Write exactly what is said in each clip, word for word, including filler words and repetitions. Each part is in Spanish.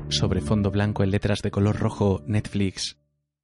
Sobre fondo blanco en letras de color rojo, Netflix.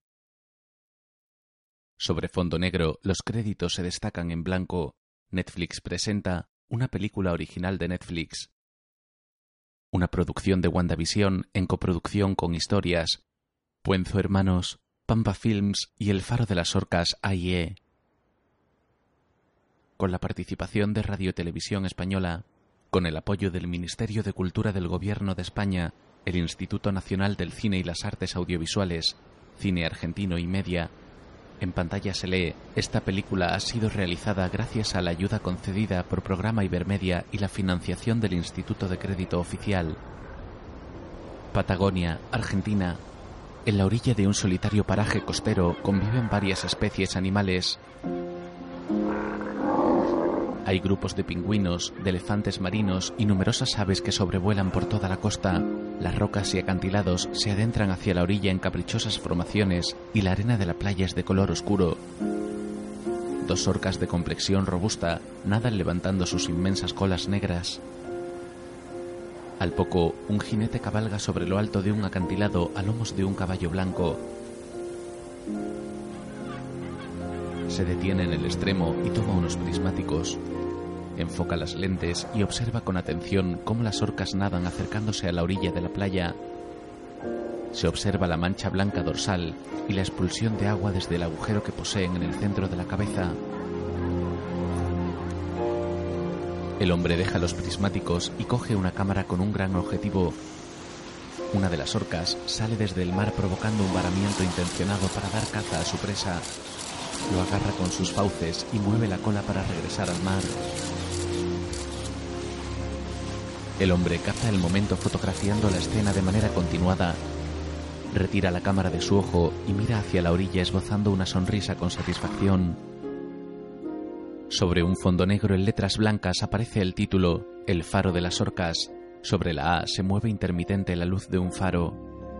Sobre fondo negro, los créditos se destacan en blanco. Netflix presenta una película original de Netflix. Una producción de WandaVision en coproducción con Historias, Puenzo Hermanos, Pampa Films y El Faro de las Orcas A I E. Con la participación de Radio Televisión Española, con el apoyo del Ministerio de Cultura del Gobierno de España, el Instituto Nacional del Cine y las Artes Audiovisuales, Cine Argentino y Media. En pantalla se lee: esta película ha sido realizada gracias a la ayuda concedida por Programa Ibermedia y la financiación del Instituto de Crédito Oficial. Patagonia, Argentina. En la orilla de un solitario paraje costero conviven varias especies animales. Hay grupos de pingüinos, de elefantes marinos y numerosas aves que sobrevuelan por toda la costa. Las rocas y acantilados se adentran hacia la orilla en caprichosas formaciones y la arena de la playa es de color oscuro. Dos orcas de complexión robusta nadan levantando sus inmensas colas negras. Al poco, un jinete cabalga sobre lo alto de un acantilado a lomos de un caballo blanco. Se detiene en el extremo y toma unos prismáticos. Enfoca las lentes y observa con atención cómo las orcas nadan acercándose a la orilla de la playa. Se observa la mancha blanca dorsal y la expulsión de agua desde el agujero que poseen en el centro de la cabeza. El hombre deja los prismáticos y coge una cámara con un gran objetivo. Una de las orcas sale desde el mar provocando un varamiento intencionado para dar caza a su presa. Lo agarra con sus fauces y mueve la cola para regresar al mar. El hombre capta el momento fotografiando la escena de manera continuada. Retira la cámara de su ojo y mira hacia la orilla esbozando una sonrisa con satisfacción. Sobre un fondo negro en letras blancas aparece el título El Faro de las Orcas. Sobre la A se mueve intermitente la luz de un faro.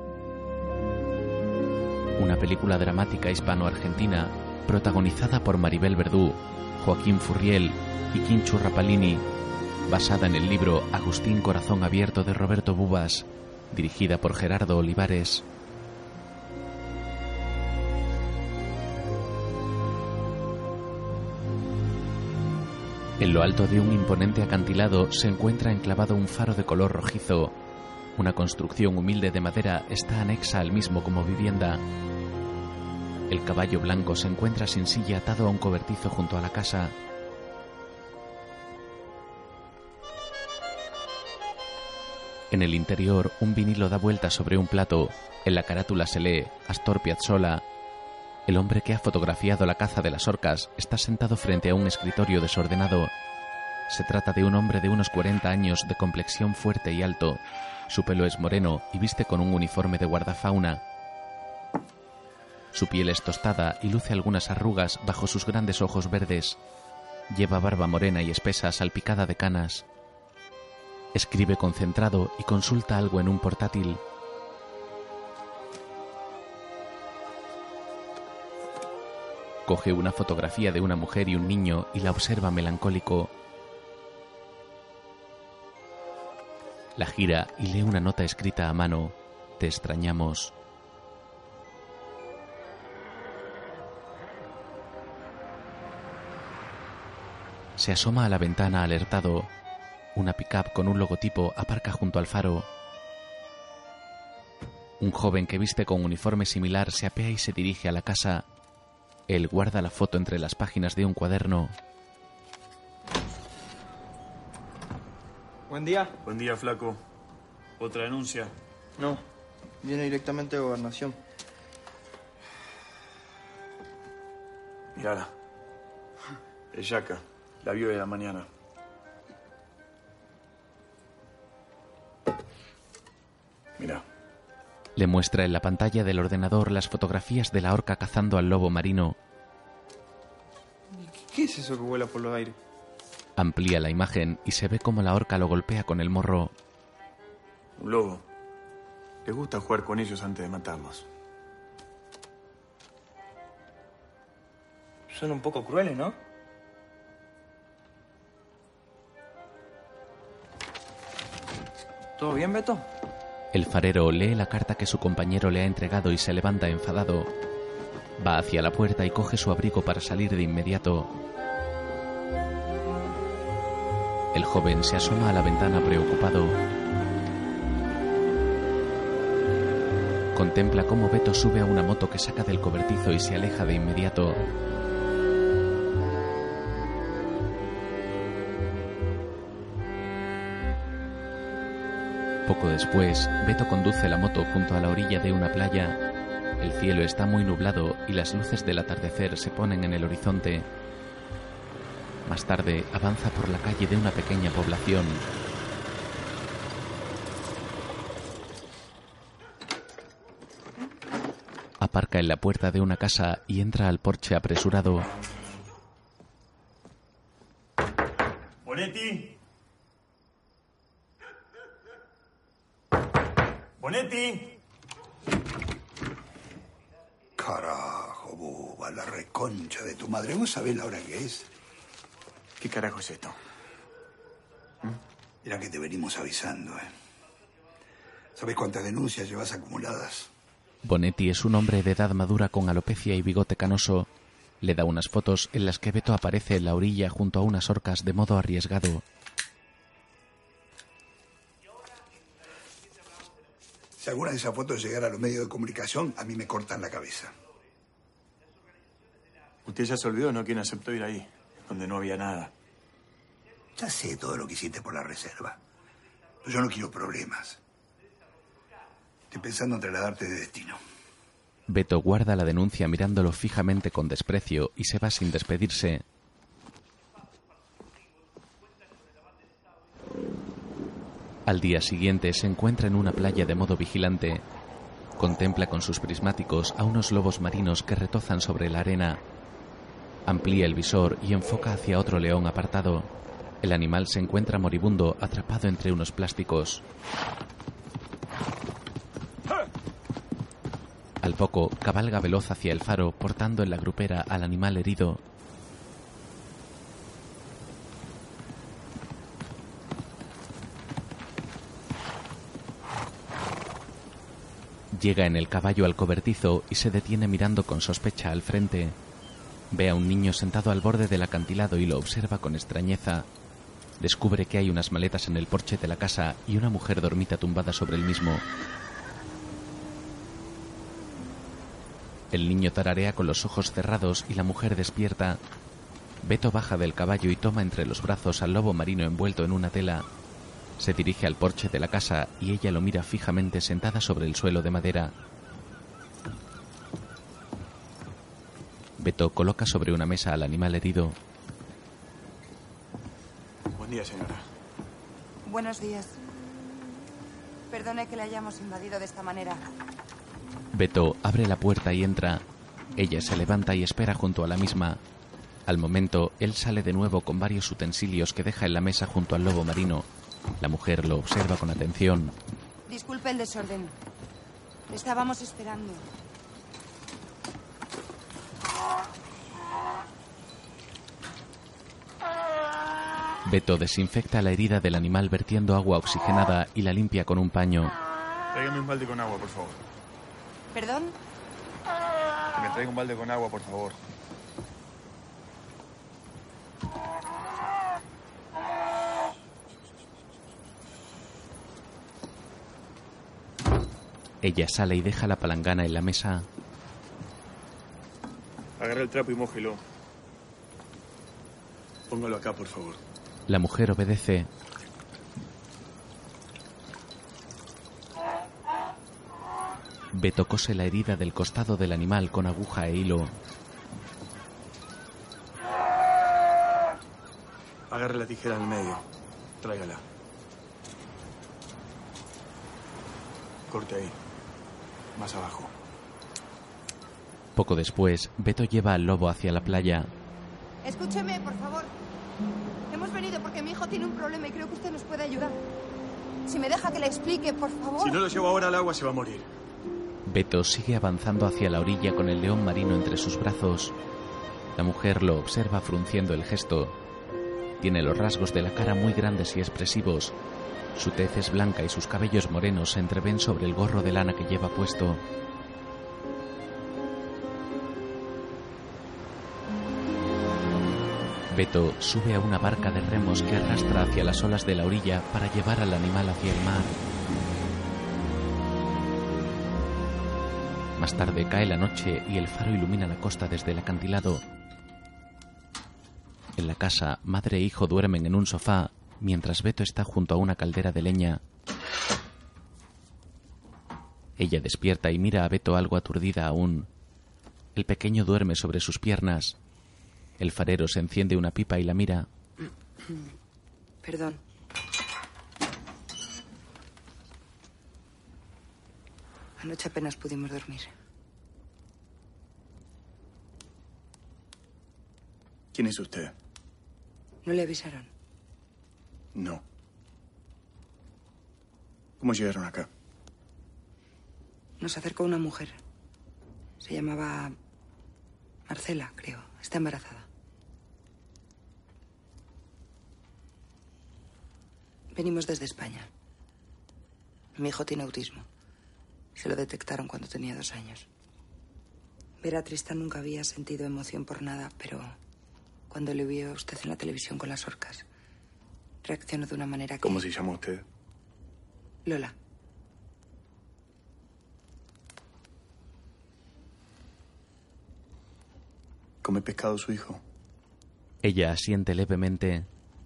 Una película dramática hispano-argentina protagonizada por Maribel Verdú, Joaquín Furriel y Quinchu Rapalini, basada en el libro Agustín Corazón Abierto de Roberto Bubas, dirigida por Gerardo Olivares. En lo alto de un imponente acantilado se encuentra enclavado un faro de color rojizo. Una construcción humilde de madera está anexa al mismo como vivienda. El caballo blanco se encuentra sin silla atado a un cobertizo junto a la casa. En el interior, un vinilo da vuelta sobre un plato. En la carátula se lee Astor Piazzolla. El hombre que ha fotografiado la caza de las orcas está sentado frente a un escritorio desordenado. Se trata de un hombre de unos cuarenta años de complexión fuerte y alto. Su pelo es moreno y viste con un uniforme de guardafauna. Su piel es tostada y luce algunas arrugas bajo sus grandes ojos verdes. Lleva barba morena y espesa salpicada de canas. Escribe concentrado y consulta algo en un portátil. Coge una fotografía de una mujer y un niño y la observa melancólico. La gira y lee una nota escrita a mano. Te extrañamos. Se asoma a la ventana alertado. Una pick-up con un logotipo aparca junto al faro. Un joven que viste con uniforme similar se apea y se dirige a la casa. Él guarda la foto entre las páginas de un cuaderno. Buen día. Buen día, flaco. ¿Otra denuncia? No, viene directamente de Gobernación. Mirala. Es Yaca. La vio de la mañana. Mira. Le muestra en la pantalla del ordenador las fotografías de la orca cazando al lobo marino. ¿Qué es eso que vuela por los aires? Amplía la imagen y se ve cómo la orca lo golpea con el morro. Un lobo. Les gusta jugar con ellos antes de matarlos. Son un poco crueles, ¿no? ¿Todo bien, Beto? El farero lee la carta que su compañero le ha entregado y se levanta enfadado. Va hacia la puerta y coge su abrigo para salir de inmediato. El joven se asoma a la ventana preocupado. Contempla cómo Beto sube a una moto que saca del cobertizo y se aleja de inmediato. Poco después, Beto conduce la moto junto a la orilla de una playa. El cielo está muy nublado y las luces del atardecer se ponen en el horizonte. Más tarde, avanza por la calle de una pequeña población. Aparca en la puerta de una casa y entra al porche apresurado. ¡Bonetti! ¡Bonetti! Carajo, boba, la reconcha de tu madre. ¿Vos sabés la hora que es? ¿Qué carajo es esto? ¿Mm? Mira que te venimos avisando, ¿eh? ¿Sabés cuántas denuncias llevas acumuladas? Bonetti es un hombre de edad madura con alopecia y bigote canoso. Le da unas fotos en las que Beto aparece en la orilla junto a unas orcas de modo arriesgado. Si alguna de esas fotos llegara a los medios de comunicación, a mí me cortan la cabeza. Usted ya se olvidó, ¿no? ¿Quién aceptó ir ahí? Donde no había nada. Ya sé todo lo que hiciste por la reserva. Pero yo no quiero problemas. Estoy pensando en trasladarte de destino. Beto guarda la denuncia mirándolo fijamente con desprecio y se va sin despedirse. Al día siguiente se encuentra en una playa de modo vigilante. Contempla con sus prismáticos a unos lobos marinos que retozan sobre la arena. Amplía el visor y enfoca hacia otro león apartado. El animal se encuentra moribundo, atrapado entre unos plásticos. Al poco, cabalga veloz hacia el faro, portando en la grupera al animal herido. Llega en el caballo al cobertizo y se detiene mirando con sospecha al frente. Ve a un niño sentado al borde del acantilado y lo observa con extrañeza. Descubre que hay unas maletas en el porche de la casa y una mujer dormita tumbada sobre el mismo. El niño tararea con los ojos cerrados y la mujer despierta. Beto baja del caballo y toma entre los brazos al lobo marino envuelto en una tela. Se dirige al porche de la casa y ella lo mira fijamente sentada sobre el suelo de madera. Beto coloca sobre una mesa al animal herido. Buen día, señora. Buenos días. Perdone que le hayamos invadido de esta manera. Beto abre la puerta y entra. Ella se levanta y espera junto a la misma. Al momento, él sale de nuevo con varios utensilios que deja en la mesa junto al lobo marino. La mujer lo observa con atención. Disculpe el desorden. Le estábamos esperando. Beto desinfecta la herida del animal vertiendo agua oxigenada y la limpia con un paño. Tráigame un balde con agua, por favor. ¿Perdón? Que me traiga un balde con agua, por favor. Ella sale y deja la palangana en la mesa. Agarra el trapo y mójelo. Póngalo acá, por favor. La mujer obedece. Beto cose la herida del costado del animal con aguja e hilo. Agarre la tijera en el medio. Tráigala. Corte ahí. Más abajo. Poco después, Beto lleva al lobo hacia la playa. Escúcheme, por favor. Hemos venido porque mi hijo tiene un problema y creo que usted nos puede ayudar. Si me deja que le explique, por favor. Si no lo llevo ahora al agua, se va a morir. Beto sigue avanzando hacia la orilla con el león marino entre sus brazos. La mujer lo observa frunciendo el gesto. Tiene los rasgos de la cara muy grandes y expresivos. Su tez es blanca y sus cabellos morenos se entreven sobre el gorro de lana que lleva puesto. Beto sube a una barca de remos que arrastra hacia las olas de la orilla para llevar al animal hacia el mar. Más tarde cae la noche y el faro ilumina la costa desde el acantilado. En la casa, madre e hijo duermen en un sofá, mientras Beto está junto a una caldera de leña. Ella despierta y mira a Beto algo aturdida aún. El pequeño duerme sobre sus piernas. El farero se enciende una pipa y la mira. Perdón. Anoche apenas pudimos dormir. ¿Quién es usted? ¿No le avisaron? No. ¿Cómo llegaron acá? Nos acercó una mujer. Se llamaba Marcela, creo. Está embarazada. Venimos desde España. Mi hijo tiene autismo. Se lo detectaron cuando tenía dos años. Ver a Tristán nunca había sentido emoción por nada, pero cuando le vio a usted en la televisión con las orcas, reaccionó de una manera que... ¿Cómo se llama usted? Lola. ¿Come pescado su hijo? Ella asiente levemente.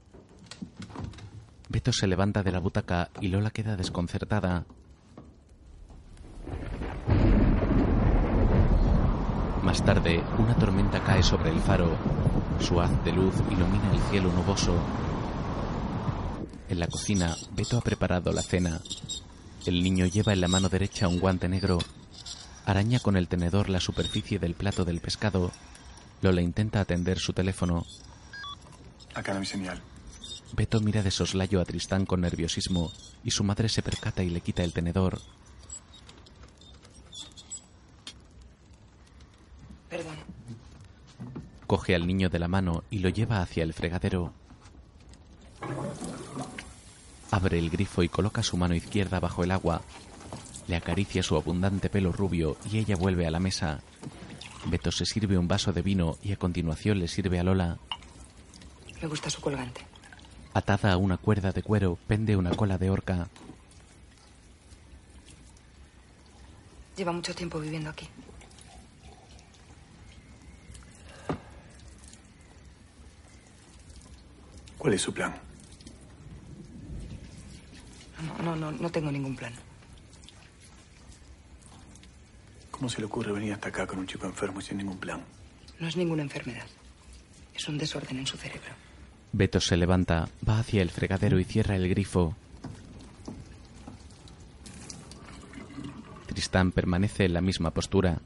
Beto se levanta de la butaca y Lola queda desconcertada. Más tarde, una tormenta cae sobre el faro. Su haz de luz ilumina el cielo nuboso. En la cocina, Beto ha preparado la cena. El niño lleva en la mano derecha un guante negro. Araña con el tenedor la superficie del plato del pescado. Lola intenta atender su teléfono. Acá no hay señal. Beto mira de soslayo a Tristán con nerviosismo y su madre se percata y le quita el tenedor. Perdón. Coge al niño de la mano y lo lleva hacia el fregadero. Abre el grifo y coloca su mano izquierda bajo el agua. Le acaricia su abundante pelo rubio y ella vuelve a la mesa. Beto se sirve un vaso de vino y a continuación le sirve a Lola. Me gusta su colgante. Atada a una cuerda de cuero, pende una cola de orca. Lleva mucho tiempo viviendo aquí. ¿Cuál es su plan? No, no, no, no tengo ningún plan. ¿Cómo se le ocurre venir hasta acá con un chico enfermo y sin ningún plan? No es ninguna enfermedad. Es un desorden en su cerebro. Beto se levanta, va hacia el fregadero y cierra el grifo. Tristán permanece en la misma postura.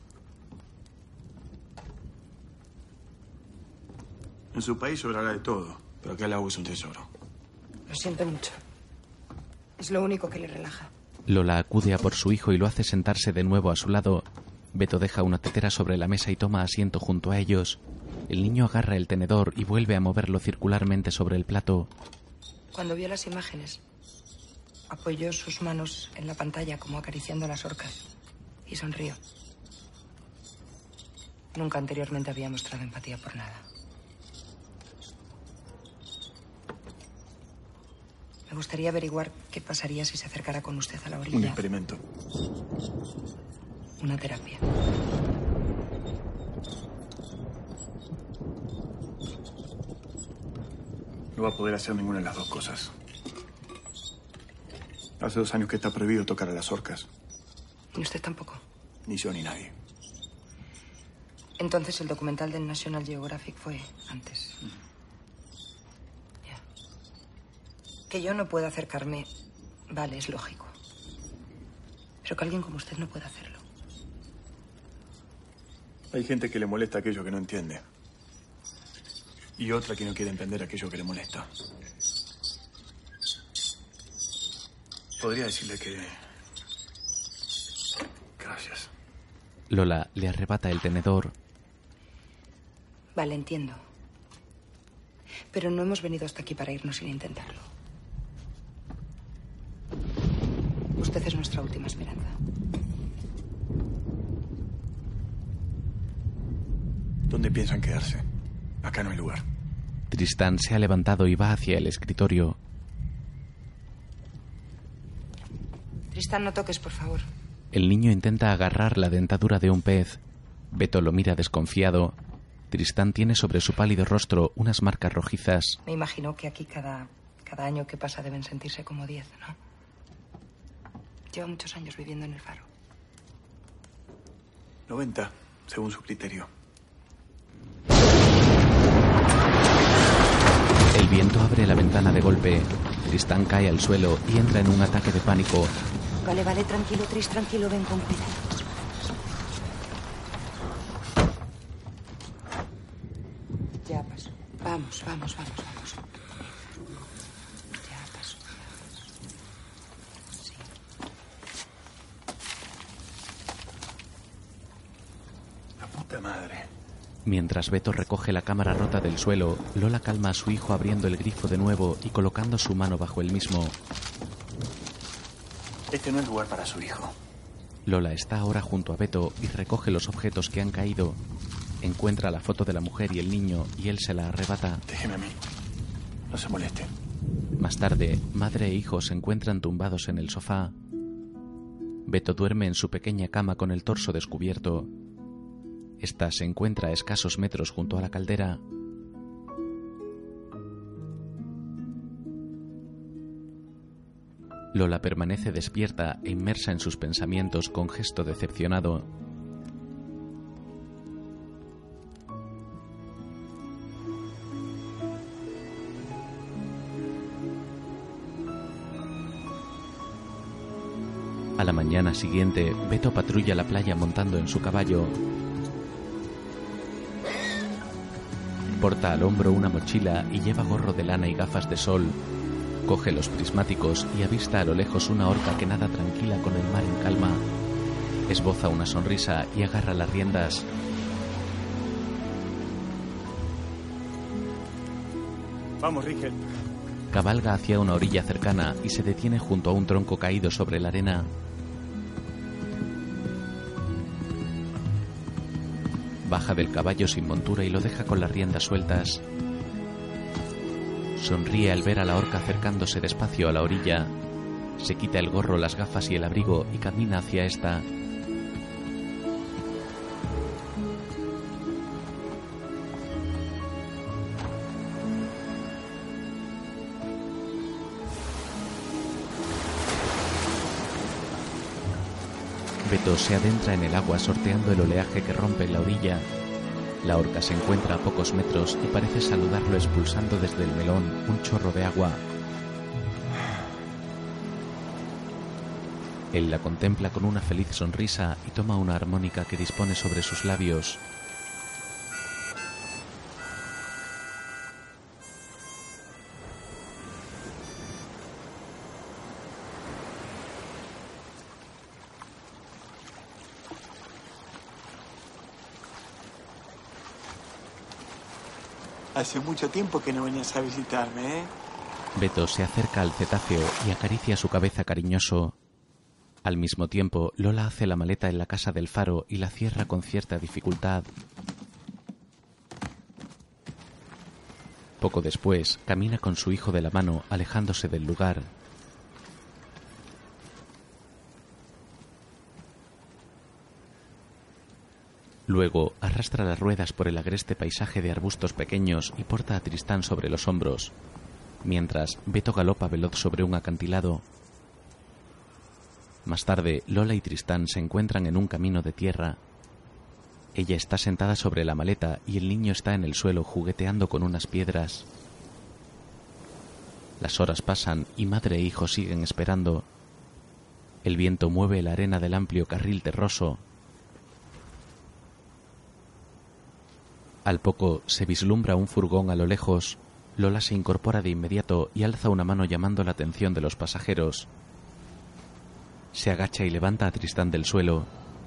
En su país sobrará de todo, pero acá el agua es un tesoro. Lo siento mucho. Es lo único que le relaja. Lola acude a por su hijo y lo hace sentarse de nuevo a su lado. Beto deja una tetera sobre la mesa y toma asiento junto a ellos. El niño agarra el tenedor y vuelve a moverlo circularmente sobre el plato. Cuando vio las imágenes, apoyó sus manos en la pantalla como acariciando las orcas y sonrió. Nunca anteriormente había mostrado empatía por nada. Me gustaría averiguar qué pasaría si se acercara con usted a la orilla. Un experimento. Una terapia. No va a poder hacer ninguna de las dos cosas. Hace dos años que está prohibido tocar a las orcas. ¿Y usted tampoco? Ni yo ni nadie. Entonces el documental del National Geographic fue antes. Ya. Que yo no pueda acercarme, vale, es lógico. Pero que alguien como usted no pueda hacerlo. Hay gente que le molesta aquello que no entiende. Y otra que no quiere entender aquello que le molesta. Podría decirle que... Gracias. Lola le arrebata el tenedor. Vale, entiendo. Pero no hemos venido hasta aquí para irnos sin intentarlo. Usted es nuestra última esperanza. ¿Dónde piensan quedarse? Acá no hay lugar. Tristán se ha levantado y va hacia el escritorio. Tristán, no toques, por favor. El niño intenta agarrar la dentadura de un pez. Beto lo mira desconfiado. Tristán tiene sobre su pálido rostro unas marcas rojizas. Me imagino que aquí cada, cada año que pasa deben sentirse como diez, ¿no? Lleva muchos años viviendo en el Faro. noventa, según su criterio. El viento abre la ventana de golpe. Tristán cae al suelo y entra en un ataque de pánico. Vale, vale, tranquilo, Tris, tranquilo, ven con cuidado. Ya pasó. Vamos, vamos, vamos, vamos. Ya pasó. Sí. La puta madre. Mientras Beto recoge la cámara rota del suelo, Lola calma a su hijo abriendo el grifo de nuevo y colocando su mano bajo el mismo. Este no es lugar para su hijo. Lola está ahora junto a Beto y recoge los objetos que han caído. Encuentra la foto de la mujer y el niño y él se la arrebata. Déjeme a mí. No se moleste. Más tarde, madre e hijo se encuentran tumbados en el sofá. Beto duerme en su pequeña cama con el torso descubierto. Esta se encuentra a escasos metros junto a la caldera. Lola permanece despierta e inmersa en sus pensamientos con gesto decepcionado. A la mañana siguiente, Beto patrulla la playa montando en su caballo. Porta al hombro una mochila y lleva gorro de lana y gafas de sol. Coge los prismáticos y avista a lo lejos una orca que nada tranquila con el mar en calma. Esboza una sonrisa y agarra las riendas. Vamos, Rigel. Cabalga hacia una orilla cercana y se detiene junto a un tronco caído sobre la arena. Baja del caballo sin montura y lo deja con las riendas sueltas. Sonríe al ver a la orca acercándose despacio a la orilla. Se quita el gorro, las gafas y el abrigo y camina hacia esta. Beto se adentra en el agua sorteando el oleaje que rompe en la orilla. La orca se encuentra a pocos metros y parece saludarlo expulsando desde el melón un chorro de agua. Él la contempla con una feliz sonrisa y toma una armónica que dispone sobre sus labios. Hace mucho tiempo que no venías a visitarme, ¿eh? Beto se acerca al cetáceo y acaricia su cabeza cariñoso. Al mismo tiempo, Lola hace la maleta en la casa del Faro y la cierra con cierta dificultad. Poco después, camina con su hijo de la mano, alejándose del lugar. Luego, arrastra las ruedas por el agreste paisaje de arbustos pequeños y porta a Tristán sobre los hombros. Mientras, Beto galopa veloz sobre un acantilado. Más tarde, Lola y Tristán se encuentran en un camino de tierra. Ella está sentada sobre la maleta y el niño está en el suelo jugueteando con unas piedras. Las horas pasan y madre e hijo siguen esperando. El viento mueve la arena del amplio carril terroso. Al poco se vislumbra un furgón a lo lejos. Lola se incorpora de inmediato y alza una mano llamando la atención de los pasajeros. Se agacha y levanta a Tristán del suelo.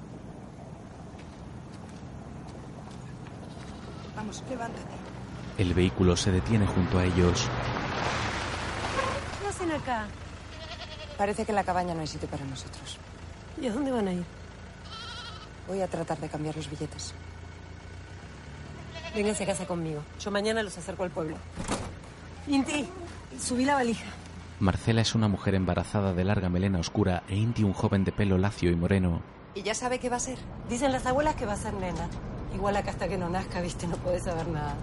Vamos, levántate. El vehículo se detiene junto a ellos. ¿Qué hacen acá? Parece que en la cabaña no hay sitio para nosotros. ¿Y a dónde van a ir? Voy a tratar de cambiar los billetes. Vénganse a casa conmigo. Yo mañana los acerco al pueblo. Inti, subí la valija. Marcela es una mujer embarazada de larga melena oscura e Inti un joven de pelo lacio y moreno. ¿Y ya sabe qué va a ser? Dicen las abuelas que va a ser nena. Igual acá hasta que no nazca, viste, no puede saber nada.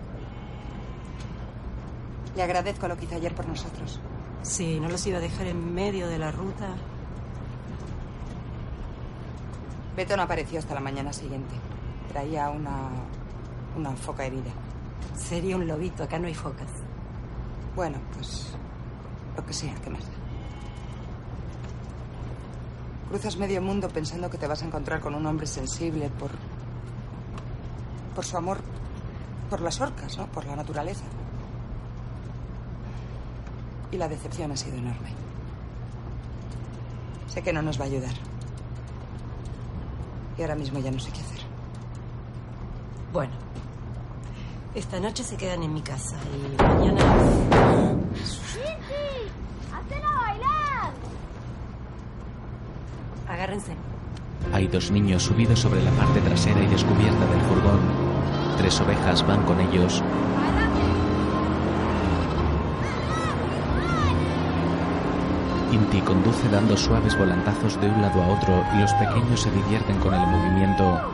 Le agradezco lo que hizo ayer por nosotros. Sí, no los iba a dejar en medio de la ruta. Beto no apareció hasta la mañana siguiente. Traía una... una foca herida. Sería un lobito, acá no hay focas. Bueno, pues... lo que sea, ¿qué más da? Cruzas medio mundo pensando que te vas a encontrar con un hombre sensible por... por su amor por las orcas, ¿no? Por la naturaleza. Y la decepción ha sido enorme. Sé que no nos va a ayudar. Y ahora mismo ya no sé qué hacer. Bueno, esta noche se quedan en mi casa y mañana... ¡Inti! ¡Hacela bailar! Agárrense. Hay dos niños subidos sobre la parte trasera y descubierta del furgón. Tres ovejas van con ellos. Inti conduce dando suaves volantazos de un lado a otro y los pequeños se divierten con el movimiento.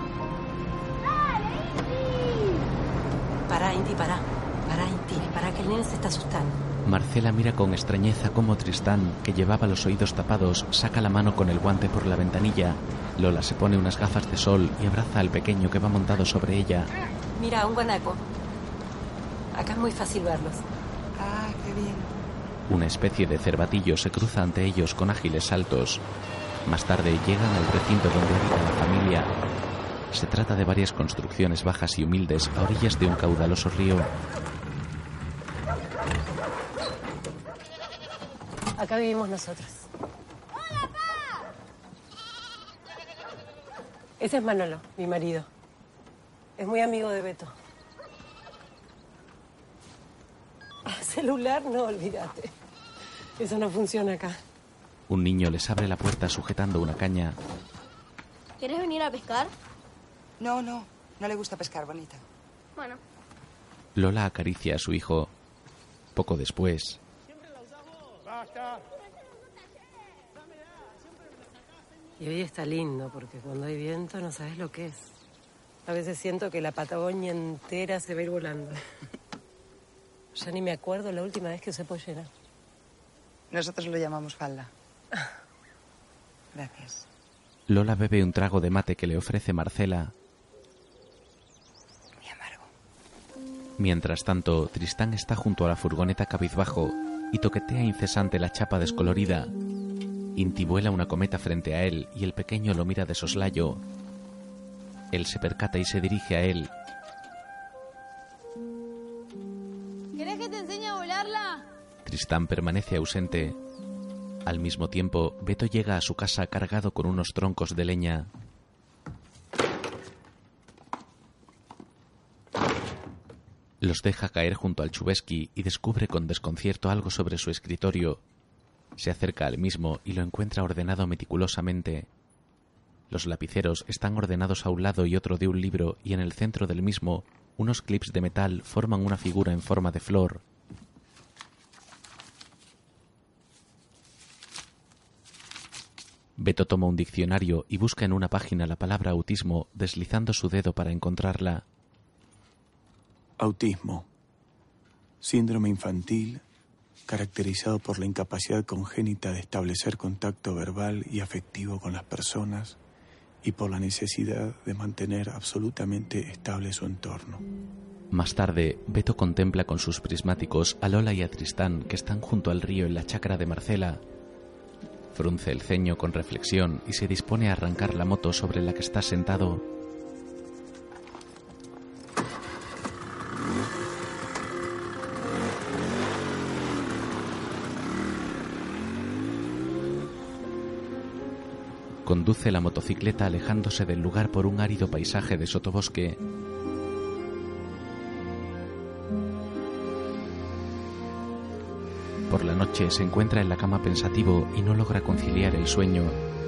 Pará, Inti, pará. Pará, Inti, pará, que el nene se está asustando. Marcela mira con extrañeza cómo Tristán, que llevaba los oídos tapados, saca la mano con el guante por la ventanilla. Lola se pone unas gafas de sol y abraza al pequeño que va montado sobre ella. Mira, un guanaco. Acá es muy fácil verlos. Ah, qué bien. Una especie de cervatillo se cruza ante ellos con ágiles saltos. Más tarde llegan al recinto donde habita la familia. Se trata de varias construcciones bajas y humildes a orillas de un caudaloso río. Acá vivimos nosotros. ¡Hola, pa! Ese es Manolo, mi marido. Es muy amigo de Beto. Celular, no, olvídate. Eso no funciona acá. Un niño les abre la puerta sujetando una caña. ¿Quieres venir a pescar? No, no. No le gusta pescar, bonita. Bueno. Lola acaricia a su hijo. Poco después... Y hoy está lindo, porque cuando hay viento no sabes lo que es. A veces siento que la Patagonia entera se va a ir volando. Ya ni me acuerdo la última vez que usé pollera. Nosotros lo llamamos falda. Gracias. Lola bebe un trago de mate que le ofrece Marcela. Muy amargo. Mientras tanto, Tristán está junto a la furgoneta cabizbajo y toquetea incesante la chapa descolorida. Inti vuela una cometa frente a él y el pequeño lo mira de soslayo. Él se percata y se dirige a él. ¿Querés que te enseñe a volarla? Tristán permanece ausente. Al mismo tiempo, Beto llega a su casa cargado con unos troncos de leña. Los deja caer junto al Chubesky y descubre con desconcierto algo sobre su escritorio. Se acerca al mismo y lo encuentra ordenado meticulosamente. Los lapiceros están ordenados a un lado y otro de un libro y en el centro del mismo, unos clips de metal forman una figura en forma de flor. Beto toma un diccionario y busca en una página la palabra autismo, deslizando su dedo para encontrarla. Autismo. Síndrome infantil caracterizado por la incapacidad congénita de establecer contacto verbal y afectivo con las personas y por la necesidad de mantener absolutamente estable su entorno. Más tarde, Beto contempla con sus prismáticos a Lola y a Tristán que están junto al río en la chacra de Marcela. Frunce el ceño con reflexión y se dispone a arrancar la moto sobre la que está sentado. Conduce la motocicleta alejándose del lugar por un árido paisaje de sotobosque. Por la noche se encuentra en la cama pensativo y no logra conciliar el sueño.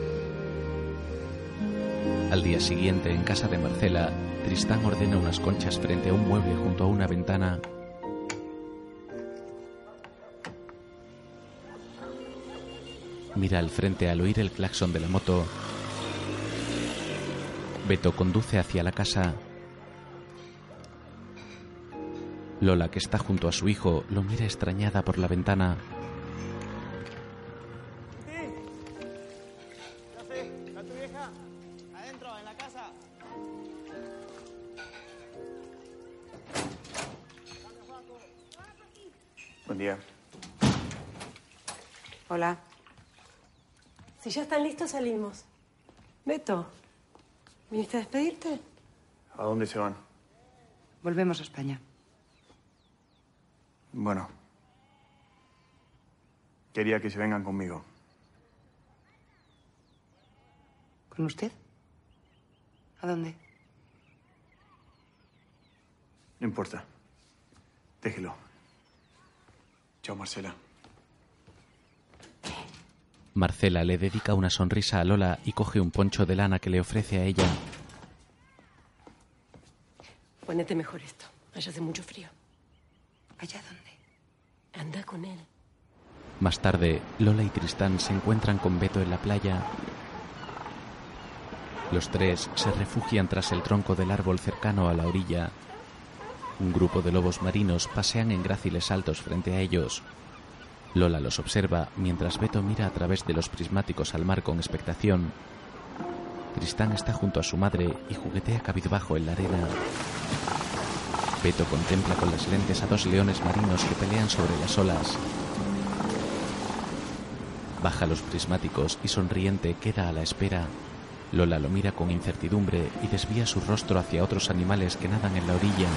Al día siguiente, en casa de Marcela, Tristán ordena unas conchas frente a un mueble junto a una ventana. Mira al frente al oír el claxon de la moto. Beto conduce hacia la casa. Lola, que está junto a su hijo, lo mira extrañada por la ventana. Buen día. Hola. Si ya están listos, salimos. Beto, ¿viniste a despedirte? ¿A dónde se van? Volvemos a España. Bueno. Quería que se vengan conmigo. ¿Con usted? ¿A dónde? No importa. Déjelo. Chao, Marcela. Marcela le dedica una sonrisa a Lola y coge un poncho de lana que le ofrece a ella. Ponete mejor esto. Allá hace mucho frío. ¿Allá dónde? Anda con él. Más tarde, Lola y Tristán se encuentran con Beto en la playa. Los tres se refugian tras el tronco del árbol cercano a la orilla. Un grupo de lobos marinos pasean en gráciles saltos frente a ellos. Lola los observa mientras Beto mira a través de los prismáticos al mar con expectación. Tristán está junto a su madre y juguetea cabizbajo en la arena. Beto contempla con las lentes a dos leones marinos que pelean sobre las olas. Baja los prismáticos y sonriente queda a la espera. Lola lo mira con incertidumbre y desvía su rostro hacia otros animales que nadan en la orilla.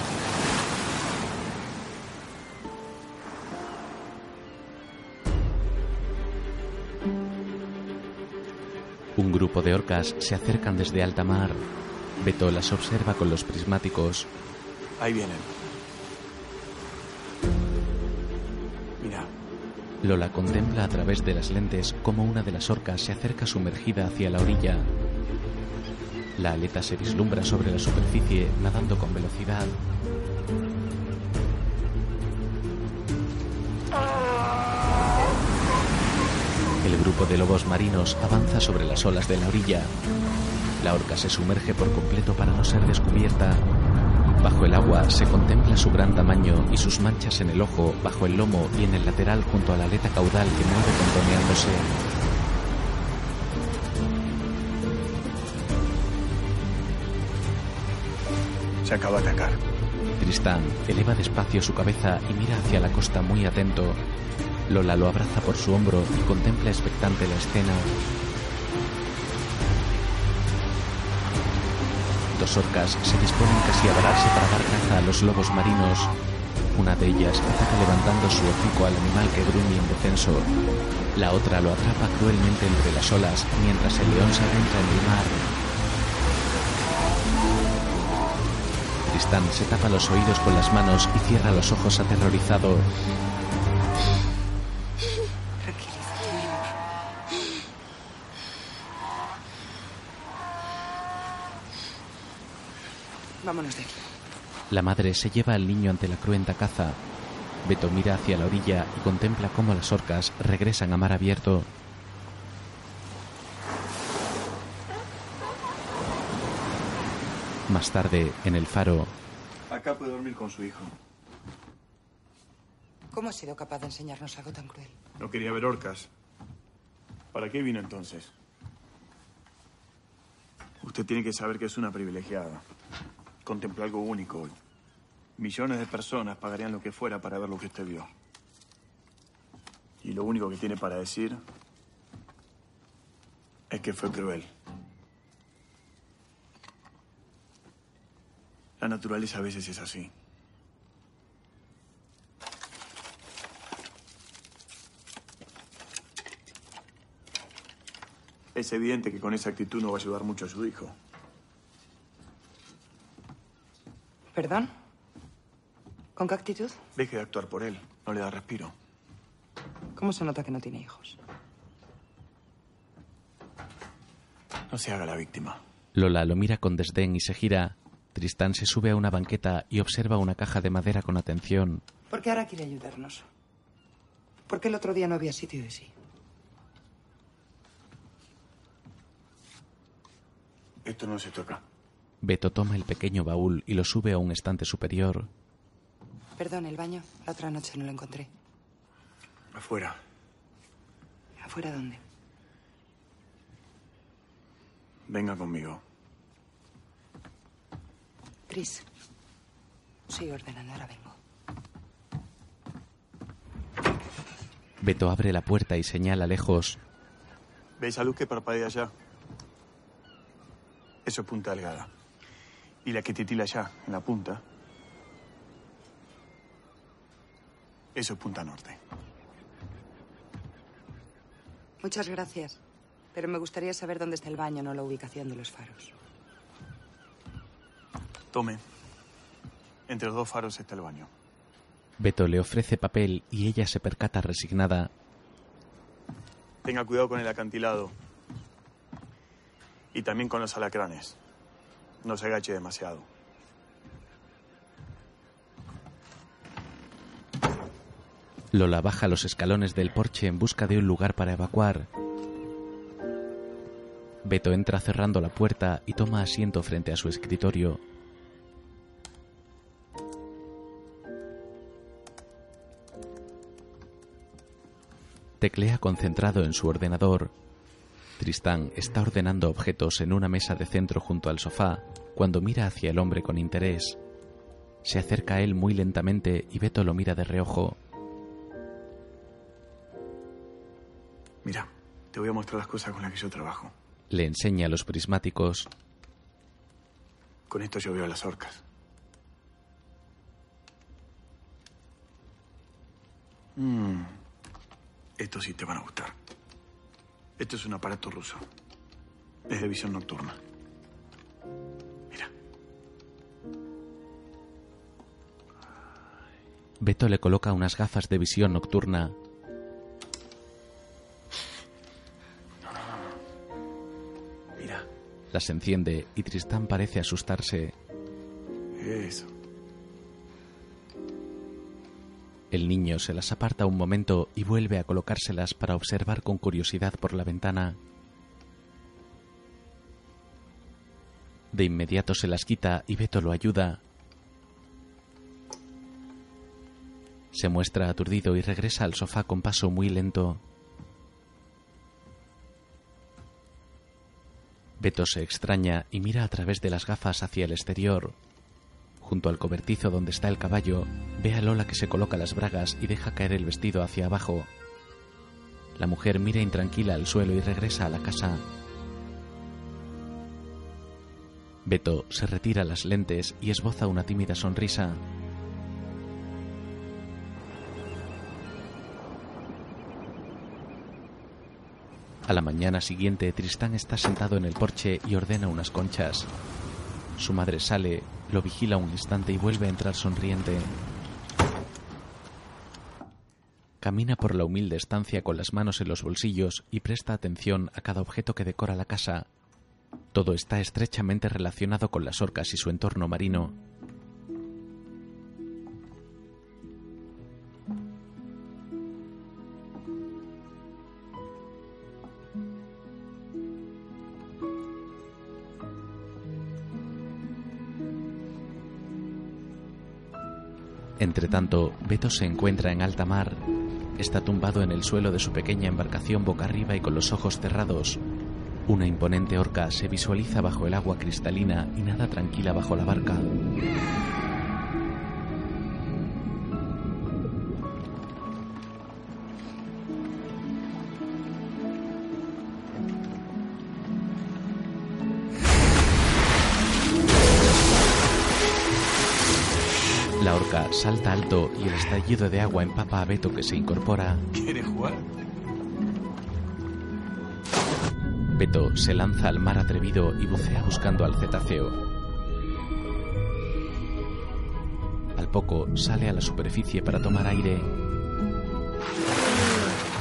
Un grupo de orcas se acercan desde alta mar. Beto las observa con los prismáticos. Ahí vienen. Mira. Lola contempla a través de las lentes cómo una de las orcas se acerca sumergida hacia la orilla. La aleta se vislumbra sobre la superficie, nadando con velocidad. El grupo de lobos marinos avanza sobre las olas de la orilla. La orca se sumerge por completo para no ser descubierta. Bajo el agua se contempla su gran tamaño y sus manchas en el ojo, bajo el lomo y en el lateral junto a la aleta caudal que mueve contoneándose. Se acaba de atacar. Tristán eleva despacio su cabeza y mira hacia la costa muy atento. Lola lo abraza por su hombro y contempla expectante la escena. Dos orcas se disponen casi a vararse para dar caza a los lobos marinos. Una de ellas ataca levantando su hocico al animal que gruñe indefenso. La otra lo atrapa cruelmente entre las olas mientras el león se adentra en el mar. Tristán se tapa los oídos con las manos y cierra los ojos aterrorizado. Vámonos de aquí. La madre se lleva al niño ante la cruenta caza. Beto mira hacia la orilla y contempla cómo las orcas regresan a mar abierto. Más tarde, en el faro. Acá puede dormir con su hijo. ¿Cómo ha sido capaz de enseñarnos algo tan cruel? No quería ver orcas. ¿Para qué vino entonces? Usted tiene que saber que es una privilegiada. Contempló algo único hoy. Millones de personas pagarían lo que fuera para ver lo que usted vio. Y lo único que tiene para decir es que fue cruel. La naturaleza a veces es así. Es evidente que con esa actitud no va a ayudar mucho a su hijo. ¿Perdón? ¿Con qué actitud? Deje de actuar por él. No le da respiro. ¿Cómo se nota que no tiene hijos? No se haga la víctima. Lola lo mira con desdén y se gira. Tristán se sube a una banqueta y observa una caja de madera con atención. ¿Por qué ahora quiere ayudarnos? ¿Por qué el otro día no había sitio y sí? Esto no se toca. Beto toma el pequeño baúl y lo sube a un estante superior. Perdón, el baño. La otra noche no lo encontré. Afuera. ¿Afuera dónde? Venga conmigo. Tris. Sigue ordenando, ahora vengo. Beto abre la puerta y señala lejos. ¿Veis la luz que parpadea allá? Eso es Punta Delgada. Y la que titila allá, en la punta, eso es Punta Norte. Muchas gracias. Pero me gustaría saber dónde está el baño, no la ubicación de los faros. Tome. Entre los dos faros está el baño. Beto le ofrece papel y ella se percata resignada. Tenga cuidado con el acantilado. Y también con los alacranes. No se agache demasiado. Lola baja los escalones del porche en busca de un lugar para evacuar. Beto entra cerrando la puerta y toma asiento frente a su escritorio. Teclea concentrado en su ordenador. Tristán está ordenando objetos en una mesa de centro junto al sofá cuando mira hacia el hombre con interés. Se acerca a él muy lentamente y Beto lo mira de reojo. Mira, te voy a mostrar las cosas con las que yo trabajo. Le enseña los prismáticos. Con esto yo veo las orcas. Mm. Estos sí te van a gustar. Esto es un aparato ruso. Es de visión nocturna. Mira. Beto le coloca unas gafas de visión nocturna. Mira. Las enciende y Tristán parece asustarse. Eso. El niño se las aparta un momento y vuelve a colocárselas para observar con curiosidad por la ventana. De inmediato se las quita y Beto lo ayuda. Se muestra aturdido y regresa al sofá con paso muy lento. Beto se extraña y mira a través de las gafas hacia el exterior. Junto al cobertizo donde está el caballo, ve a Lola que se coloca las bragas y deja caer el vestido hacia abajo. La mujer mira intranquila al suelo y regresa a la casa. Beto se retira las lentes y esboza una tímida sonrisa. A la mañana siguiente, Tristán está sentado en el porche y ordena unas conchas. Su madre sale, lo vigila un instante y vuelve a entrar sonriente. Camina por la humilde estancia con las manos en los bolsillos y presta atención a cada objeto que decora la casa. Todo está estrechamente relacionado con las orcas y su entorno marino. Entretanto, Beto se encuentra en alta mar. Está tumbado en el suelo de su pequeña embarcación boca arriba y con los ojos cerrados. Una imponente orca se visualiza bajo el agua cristalina y nada tranquila bajo la barca. La orca salta alto y el estallido de agua empapa a Beto, que se incorpora. ¿Quieres jugar? Beto se lanza al mar atrevido y bucea buscando al cetáceo. Al poco sale a la superficie para tomar aire.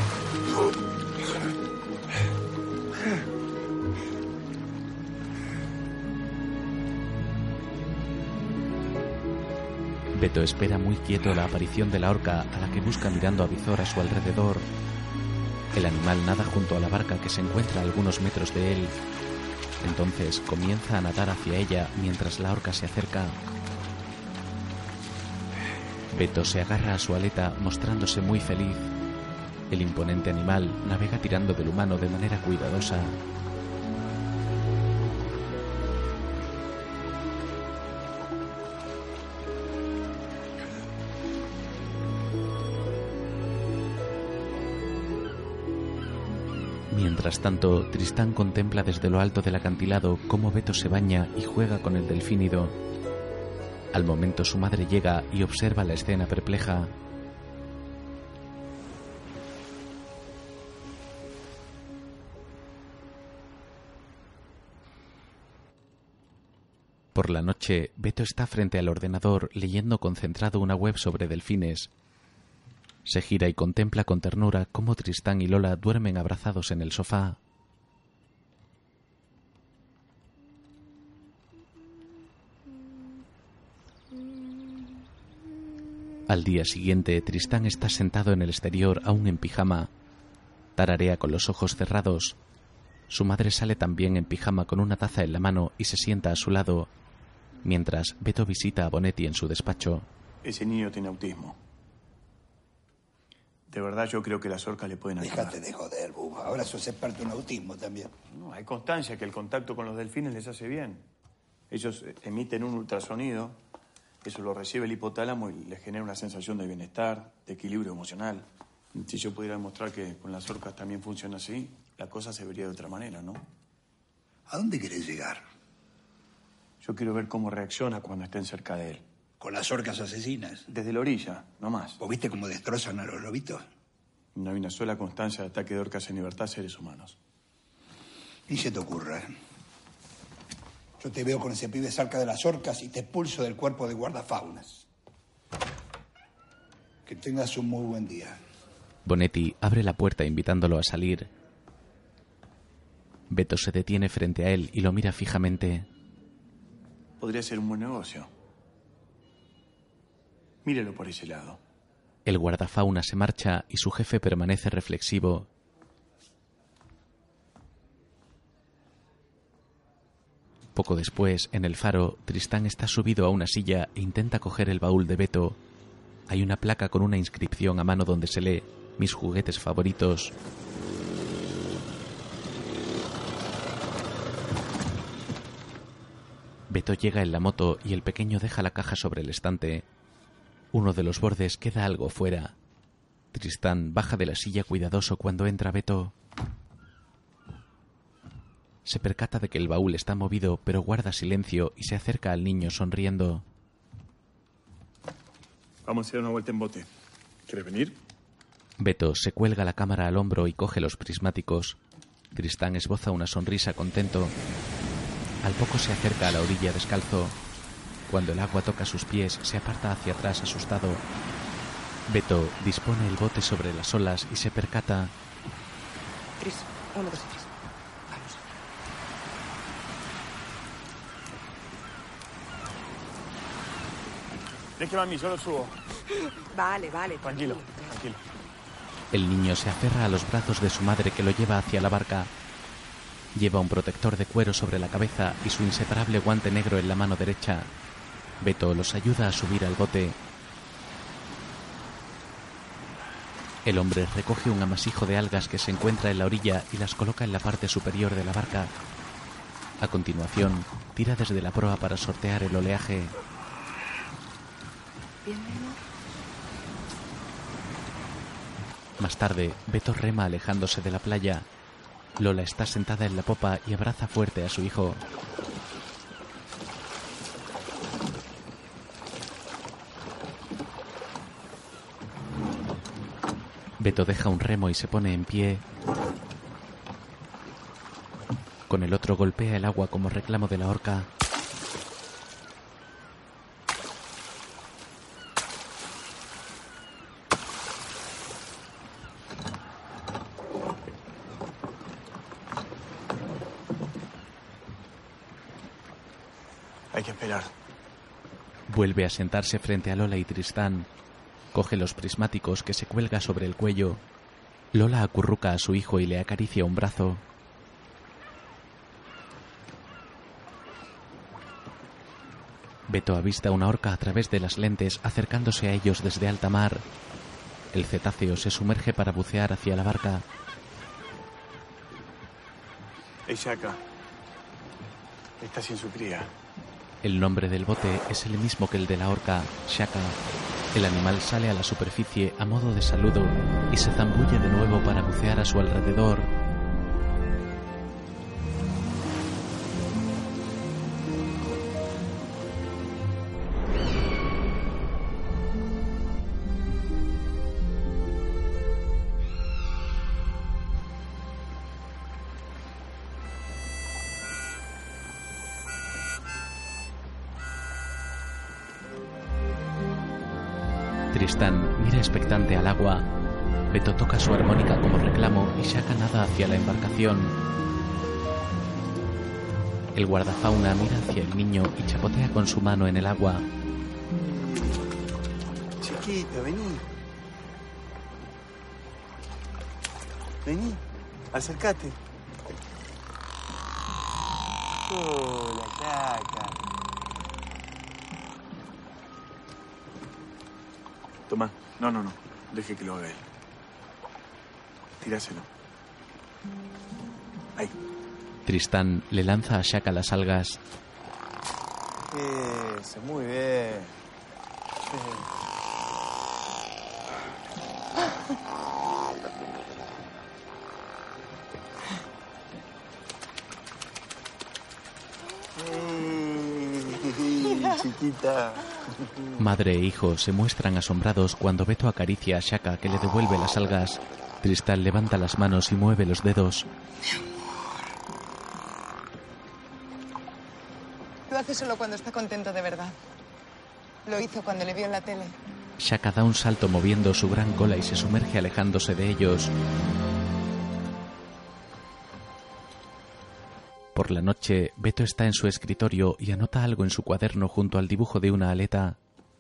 Beto espera muy quieto la aparición de la orca, a la que busca mirando a visor a su alrededor. El animal nada junto a la barca que se encuentra a algunos metros de él. Entonces comienza a nadar hacia ella mientras la orca se acerca. Beto se agarra a su aleta mostrándose muy feliz. El imponente animal navega tirando del humano de manera cuidadosa. Mientras tanto, Tristán contempla desde lo alto del acantilado cómo Beto se baña y juega con el delfínido. Al momento su madre llega y observa la escena perpleja. Por la noche, Beto está frente al ordenador leyendo concentrado una web sobre delfines. Se gira y contempla con ternura cómo Tristán y Lola duermen abrazados en el sofá. Al día siguiente, Tristán está sentado en el exterior, aún en pijama. Tararea con los ojos cerrados. Su madre sale también en pijama con una taza en la mano y se sienta a su lado, mientras Beto visita a Bonetti en su despacho. Ese niño tiene autismo. De verdad yo creo que las orcas le pueden ayudar. Déjate de joder, Bubba. Ahora sos experto en autismo también. No, hay constancia que el contacto con los delfines les hace bien. Ellos emiten un ultrasonido, eso lo recibe el hipotálamo y les genera una sensación de bienestar, de equilibrio emocional. Si yo pudiera demostrar que con las orcas también funciona así, la cosa se vería de otra manera, ¿no? ¿A dónde querés llegar? Yo quiero ver cómo reacciona cuando estén cerca de él. ¿Con las orcas asesinas? Desde la orilla, no más. ¿Vos viste cómo destrozan a los lobitos? No hay una sola constancia de ataque de orcas en libertad a seres humanos. Ni se te ocurra, ¿eh? Yo te veo con ese pibe cerca de las orcas y te expulso del cuerpo de guardafaunas. Que tengas un muy buen día. Bonetti abre la puerta invitándolo a salir. Beto se detiene frente a él y lo mira fijamente. Podría ser un buen negocio. Mírelo por ese lado. El guardafauna se marcha y su jefe permanece reflexivo. Poco después, en el faro, Tristán está subido a una silla e intenta coger el baúl de Beto. Hay una placa con una inscripción a mano donde se lee: mis juguetes favoritos. Beto llega en la moto y el pequeño deja la caja sobre el estante. Uno de los bordes queda algo fuera. Tristán baja de la silla cuidadoso cuando entra Beto. Se percata de que el baúl está movido, pero guarda silencio y se acerca al niño sonriendo. Vamos a ir a una vuelta en bote. ¿Quieres venir? Beto se cuelga la cámara al hombro y coge los prismáticos. Tristán esboza una sonrisa contento. Al poco se acerca a la orilla descalzo. Cuando el agua toca sus pies, se aparta hacia atrás asustado. Beto dispone el bote sobre las olas y se percata. Tris, uno, dos, tres. Vamos. Déjeme a mí, yo lo subo. Vale, vale. Tranquilo, tranquilo. El niño se aferra a los brazos de su madre que lo lleva hacia la barca. Lleva un protector de cuero sobre la cabeza y su inseparable guante negro en la mano derecha. Beto los ayuda a subir al bote. El hombre recoge un amasijo de algas que se encuentra en la orilla y las coloca en la parte superior de la barca. A continuación, tira desde la proa para sortear el oleaje. Más tarde, Beto rema alejándose de la playa. Lola está sentada en la popa y abraza fuerte a su hijo. Beto deja un remo y se pone en pie. Con el otro golpea el agua como reclamo de la orca. Hay que esperar. Vuelve a sentarse frente a Lola y Tristán. Coge los prismáticos que se cuelga sobre el cuello. Lola acurruca a su hijo y le acaricia un brazo. Beto avista una orca a través de las lentes acercándose a ellos desde alta mar. El cetáceo se sumerge para bucear hacia la barca. Hey, Shaka. Está sin su cría. El nombre del bote es el mismo que el de la orca, Shaka. El animal sale a la superficie a modo de saludo y se zambulle de nuevo para bucear a su alrededor. Tristán mira expectante al agua. Beto toca su armónica como reclamo y Shaka nada hacia la embarcación. El guardafauna mira hacia el niño y chapotea con su mano en el agua. Chiquito, vení. Vení, acércate. Hola, Shaka. Toma. No, no, no. Deje que lo haga él. Tíraselo. Ahí. Tristán le lanza a Shaka las algas. Eso, muy bien. Chiquita. Madre e hijo se muestran asombrados cuando Beto acaricia a Shaka, que le devuelve las algas. Tristán levanta las manos y mueve los dedos. Lo hace solo cuando está contento de verdad. Lo hizo cuando le vio en la tele. Shaka da un salto moviendo su gran cola y se sumerge alejándose de ellos. Por la noche, Beto está en su escritorio y anota algo en su cuaderno junto al dibujo de una aleta.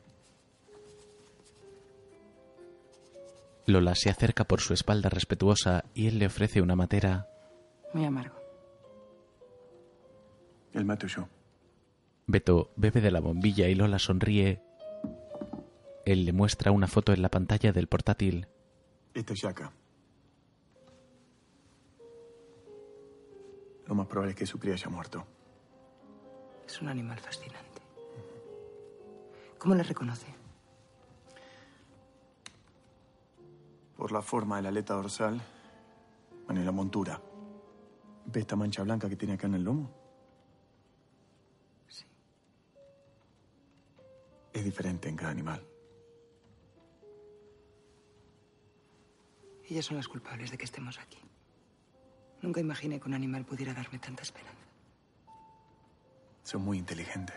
Lola se acerca por su espalda respetuosa y él le ofrece una matera. Muy amargo. El mato yo. Beto bebe de la bombilla y Lola sonríe. Él le muestra una foto en la pantalla del portátil. Esta es Shaka. Lo más probable es que su cría haya muerto. Es un animal fascinante. ¿Cómo le reconoce? Por la forma de la aleta dorsal, bueno, y la montura. ¿Ve esta mancha blanca que tiene acá en el lomo? Sí. Es diferente en cada animal. Ellas son las culpables de que estemos aquí. Nunca imaginé que un animal pudiera darme tanta esperanza. Son muy inteligentes.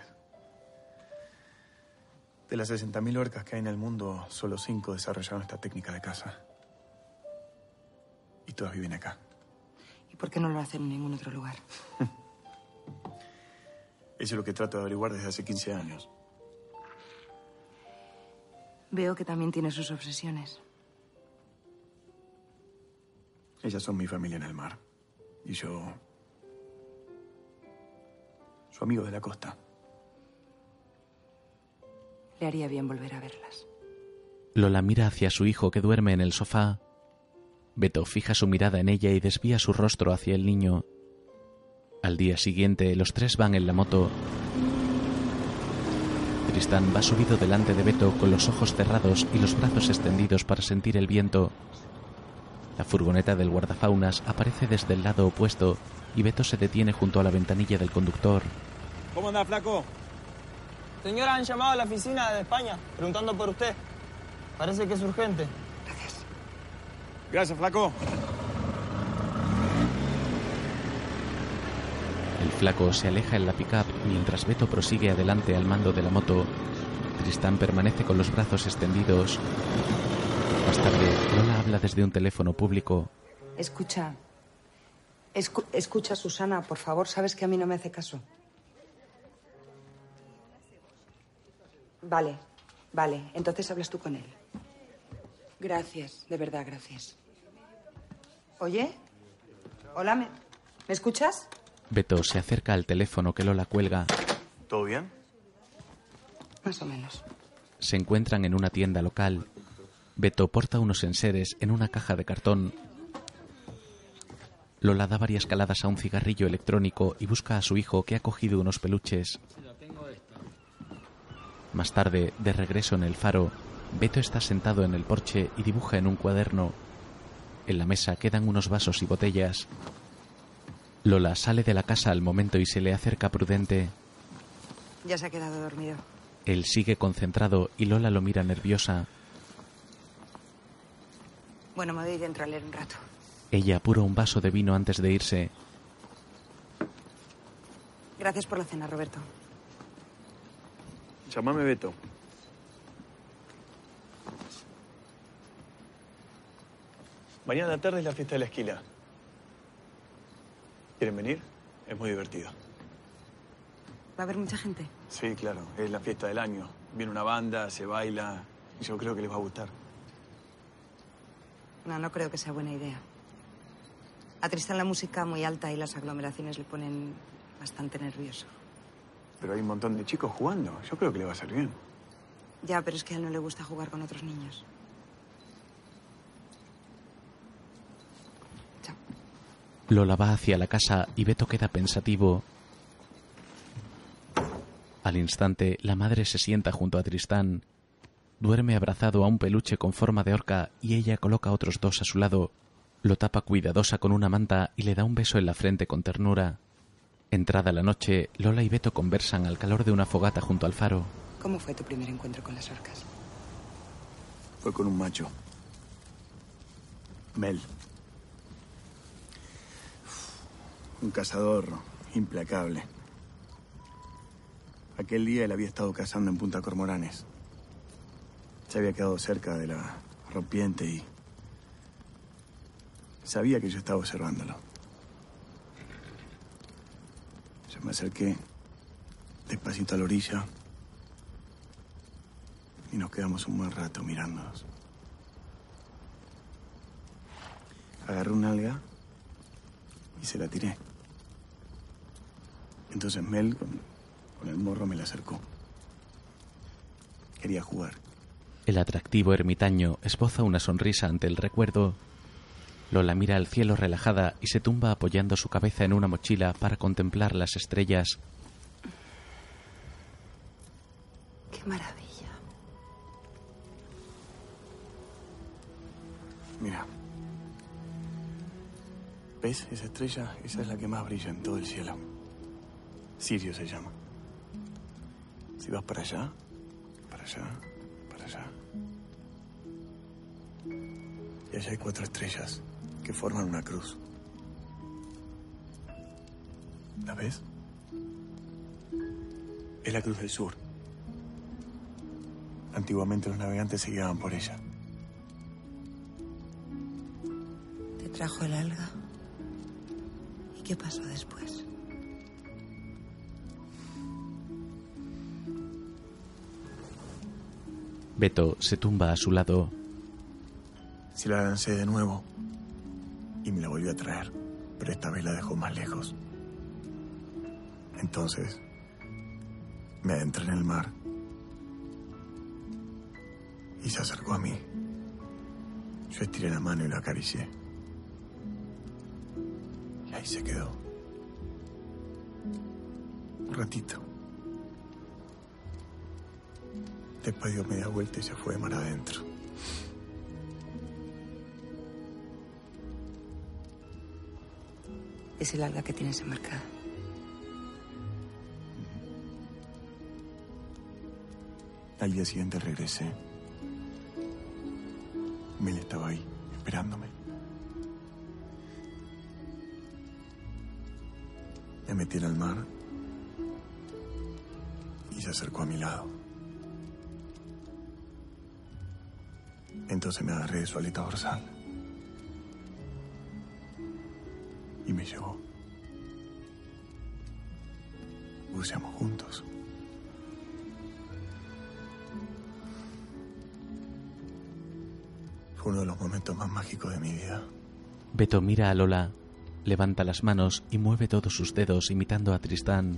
De las sesenta mil orcas que hay en el mundo, solo cinco desarrollaron esta técnica de caza. Y todas viven acá. ¿Y por qué no lo hacen en ningún otro lugar? Eso es lo que trato de averiguar desde hace quince años. Veo que también tiene sus obsesiones. Ellas son mi familia en el mar. Y yo... su amigo de la costa. Le haría bien volver a verlas. Lola mira hacia su hijo que duerme en el sofá. Beto fija su mirada en ella y desvía su rostro hacia el niño. Al día siguiente, los tres van en la moto. Tristán va subido delante de Beto con los ojos cerrados y los brazos extendidos para sentir el viento. La furgoneta del guardafaunas aparece desde el lado opuesto y Beto se detiene junto a la ventanilla del conductor. ¿Cómo anda, flaco? Señora, han llamado a la oficina de España preguntando por usted. Parece que es urgente. Gracias. Gracias, flaco. El flaco se aleja en la pick-up mientras Beto prosigue adelante al mando de la moto. Tristán permanece con los brazos extendidos. Más tarde, Lola habla desde un teléfono público. Escucha. Escu- escucha, Susana, por favor. Sabes que a mí no me hace caso. Vale, vale. Entonces hablas tú con él. Gracias, de verdad, gracias. Oye, hola, ¿me, ¿me escuchas? Beto se acerca al teléfono que Lola cuelga. ¿Todo bien? Más o menos. Se encuentran en una tienda local. Beto porta unos enseres en una caja de cartón. Lola da varias caladas a un cigarrillo electrónico y busca a su hijo, que ha cogido unos peluches. Más tarde, de regreso en el faro, Beto está sentado en el porche y dibuja en un cuaderno. En la mesa quedan unos vasos y botellas. Lola sale de la casa al momento y se le acerca prudente. Ya se ha quedado dormido. Él sigue concentrado y Lola lo mira nerviosa. Bueno, me voy dentro a leer un rato. Ella apura un vaso de vino antes de irse. Gracias por la cena, Roberto. Llámame Beto. Mañana a la tarde es la fiesta de la esquila. ¿Quieren venir? Es muy divertido. ¿Va a haber mucha gente? Sí, claro. Es la fiesta del año. Viene una banda, se baila. Y yo creo que les va a gustar. No, no creo que sea buena idea. A Tristan la música muy alta y las aglomeraciones le ponen bastante nervioso. Pero hay un montón de chicos jugando. Yo creo que le va a hacer bien. Ya, pero es que a él no le gusta jugar con otros niños. Chao. Lola va hacia la casa y Beto queda pensativo. Al instante, la madre se sienta junto a Tristán. Duerme abrazado a un peluche con forma de orca y ella coloca otros dos a su lado. Lo tapa cuidadosa con una manta y le da un beso en la frente con ternura. Entrada la noche, Lola y Beto conversan al calor de una fogata junto al faro. ¿Cómo fue tu primer encuentro con las orcas? Fue con un macho. Mel. Un cazador implacable. Aquel día él había estado cazando en Punta Cormoranes. Se había quedado cerca de la rompiente y sabía que yo estaba observándolo. Yo me acerqué despacito a la orilla y nos quedamos un buen rato mirándonos. Agarré un alga y se la tiré. Entonces Mel, con, con el morro, me la acercó. Quería jugar. El atractivo ermitaño esboza una sonrisa ante el recuerdo. Lola mira al cielo relajada y se tumba apoyando su cabeza en una mochila para contemplar las estrellas. ¡Qué maravilla! Mira. ¿Ves esa estrella? Esa es la que más brilla en todo el cielo. Sirio se llama. Si vas para allá, para allá, para allá. Y allá hay cuatro estrellas que forman una cruz. ¿La ves? Es la Cruz del Sur. Antiguamente los navegantes se guiaban por ella. ¿Te trajo el alga? ¿Y qué pasó después? Beto se tumba a su lado. Si la lancé de nuevo y me la volvió a traer, pero esta vez la dejó más lejos. Entonces me adentré en el mar y se acercó a mí. Yo estiré la mano y la acaricié. Y ahí se quedó. Un ratito. Después dio media vuelta y se fue de mar adentro. Es el alga que tienes enmarcada. Al día siguiente regresé. Mel estaba ahí, esperándome. Me metí en el mar y se acercó a mi lado. Entonces me agarré de su aleta dorsal y me llevó. Buceamos juntos. Fue uno de los momentos más mágicos de mi vida. Beto mira a Lola, levanta las manos y mueve todos sus dedos imitando a Tristán.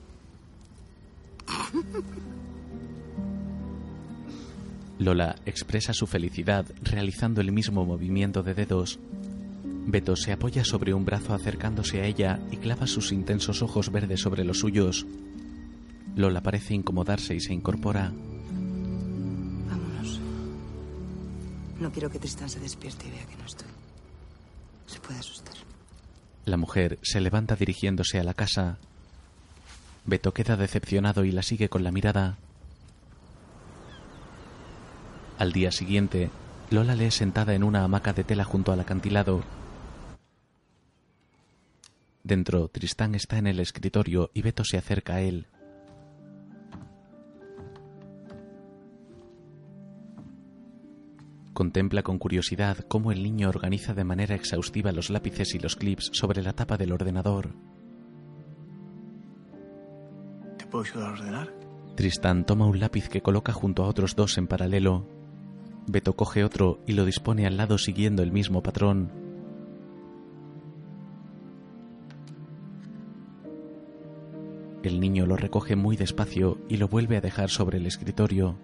Lola expresa su felicidad realizando el mismo movimiento de dedos. Beto se apoya sobre un brazo acercándose a ella y clava sus intensos ojos verdes sobre los suyos. Lola parece incomodarse y se incorpora. Vámonos. No quiero que Tristán se despierte y vea que no estoy. Se puede asustar. La mujer se levanta dirigiéndose a la casa. Beto queda decepcionado y la sigue con la mirada. Al día siguiente, Lola lee sentada en una hamaca de tela junto al acantilado. Dentro, Tristán está en el escritorio y Beto se acerca a él. Contempla con curiosidad cómo el niño organiza de manera exhaustiva los lápices y los clips sobre la tapa del ordenador. ¿Te puedo ayudar a ordenar? Tristán toma un lápiz que coloca junto a otros dos en paralelo. Beto coge otro y lo dispone al lado siguiendo el mismo patrón. El niño lo recoge muy despacio y lo vuelve a dejar sobre el escritorio.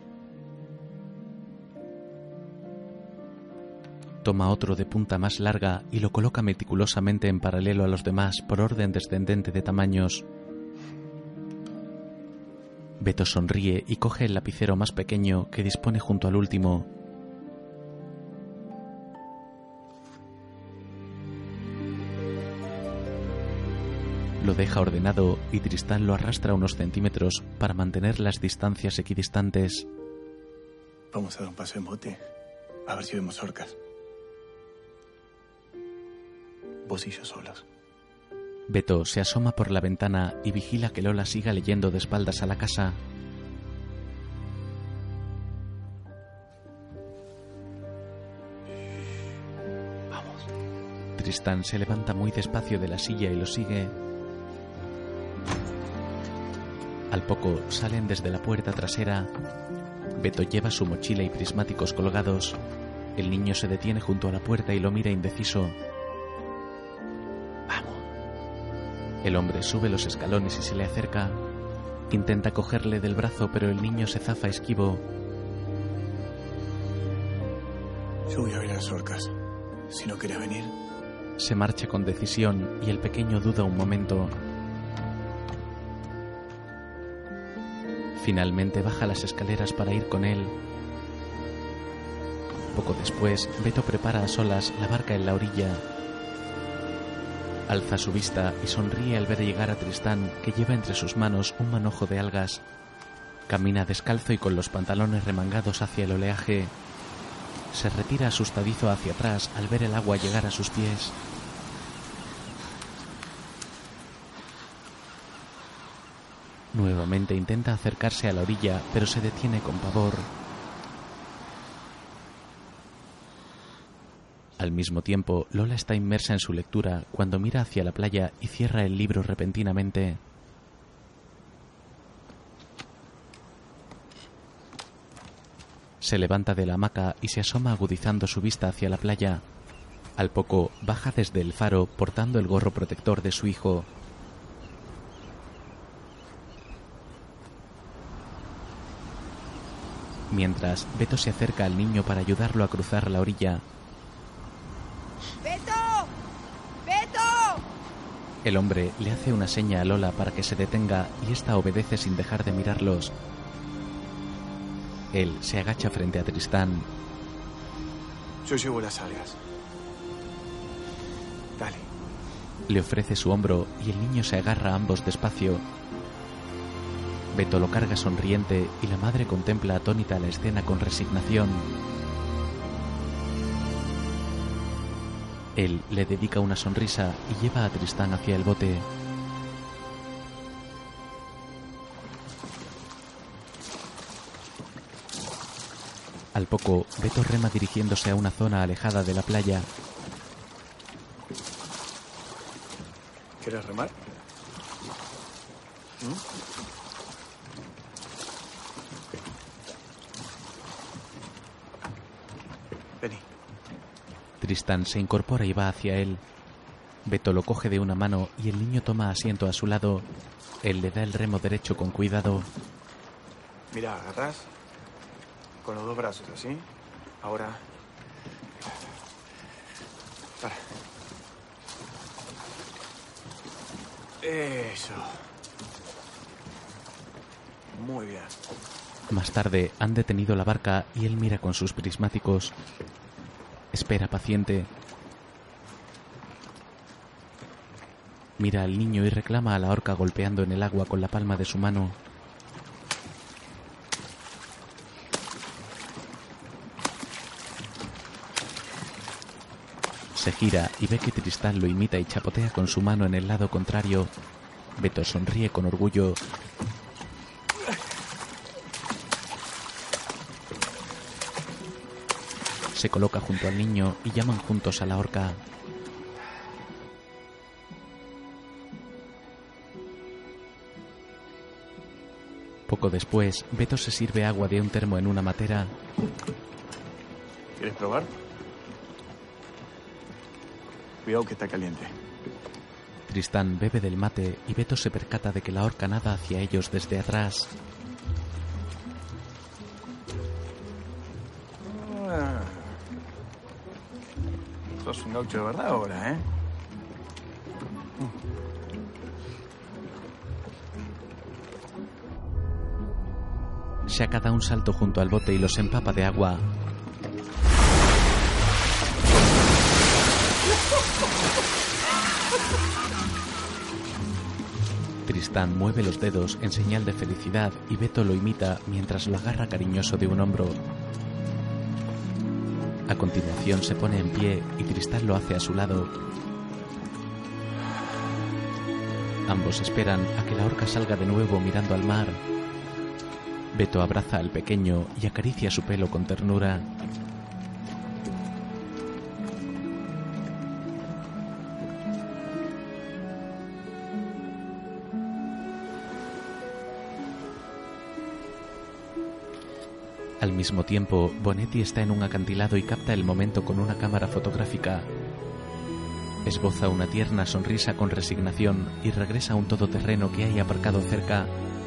Toma otro de punta más larga y lo coloca meticulosamente en paralelo a los demás por orden descendente de tamaños. Beto sonríe y coge el lapicero más pequeño que dispone junto al último. Lo deja ordenado y Tristán lo arrastra unos centímetros para mantener las distancias equidistantes. Vamos a dar un paseo en bote, a ver si vemos orcas. Vos y yo solos. Beto se asoma por la ventana y vigila que Lola siga leyendo de espaldas a la casa. Vamos. Tristán se levanta muy despacio de la silla y lo sigue. Al poco salen desde la puerta trasera. Beto lleva su mochila y prismáticos colgados. El niño se detiene junto a la puerta y lo mira indeciso. El hombre sube los escalones y se le acerca. Intenta cogerle del brazo, pero el niño se zafa esquivo. Yo voy a ver a las orcas. Si no quieres venir. Se marcha con decisión y el pequeño duda un momento. Finalmente baja las escaleras para ir con él. Poco después, Beto prepara a solas la barca en la orilla. Alza su vista y sonríe al ver llegar a Tristán, que lleva entre sus manos un manojo de algas. Camina descalzo y con los pantalones remangados hacia el oleaje. Se retira asustadizo hacia atrás al ver el agua llegar a sus pies. Nuevamente intenta acercarse a la orilla, pero se detiene con pavor. Al mismo tiempo, Lola está inmersa en su lectura cuando mira hacia la playa y cierra el libro repentinamente. Se levanta de la hamaca y se asoma agudizando su vista hacia la playa. Al poco, baja desde el faro portando el gorro protector de su hijo. Mientras, Beto se acerca al niño para ayudarlo a cruzar la orilla. ¡Beto! ¡Beto! El hombre le hace una seña a Lola para que se detenga y ésta obedece sin dejar de mirarlos. Él se agacha frente a Tristán. Yo llevo las algas. Dale. Le ofrece su hombro y el niño se agarra a ambos despacio. Beto lo carga sonriente y la madre contempla atónita la escena con resignación. Él le dedica una sonrisa y lleva a Tristán hacia el bote. Al poco, Beto rema dirigiéndose a una zona alejada de la playa. ¿Quieres remar? ¿Mm? Vení. Tristán se incorpora y va hacia él. Beto lo coge de una mano y el niño toma asiento a su lado. Él le da el remo derecho con cuidado. Mira, agarrás con los dos brazos, ¿así? Ahora... Para. Eso. Muy bien. Más tarde han detenido la barca y él mira con sus prismáticos. Espera paciente. Mira al niño y reclama a la orca golpeando en el agua con la palma de su mano. Se gira y ve que Tristán lo imita y chapotea con su mano en el lado contrario. Beto sonríe con orgullo. Se coloca junto al niño y llaman juntos a la orca. Poco después, Beto se sirve agua de un termo en una matera. ¿Quieres probar? Cuidado que está caliente. Tristán bebe del mate y Beto se percata de que la orca nada hacia ellos desde atrás. Ah. Sos un gaucho de verdad ahora, ¿eh? Shaka da un salto junto al bote y los empapa de agua. Tristán mueve los dedos en señal de felicidad y Beto lo imita mientras lo agarra cariñoso de un hombro. A continuación se pone en pie y Tristán lo hace a su lado. Ambos esperan a que la orca salga de nuevo mirando al mar. Beto abraza al pequeño y acaricia su pelo con ternura. Al mismo tiempo, Bonetti está en un acantilado y capta el momento con una cámara fotográfica. Esboza una tierna sonrisa con resignación y regresa a un todoterreno que hay aparcado cerca.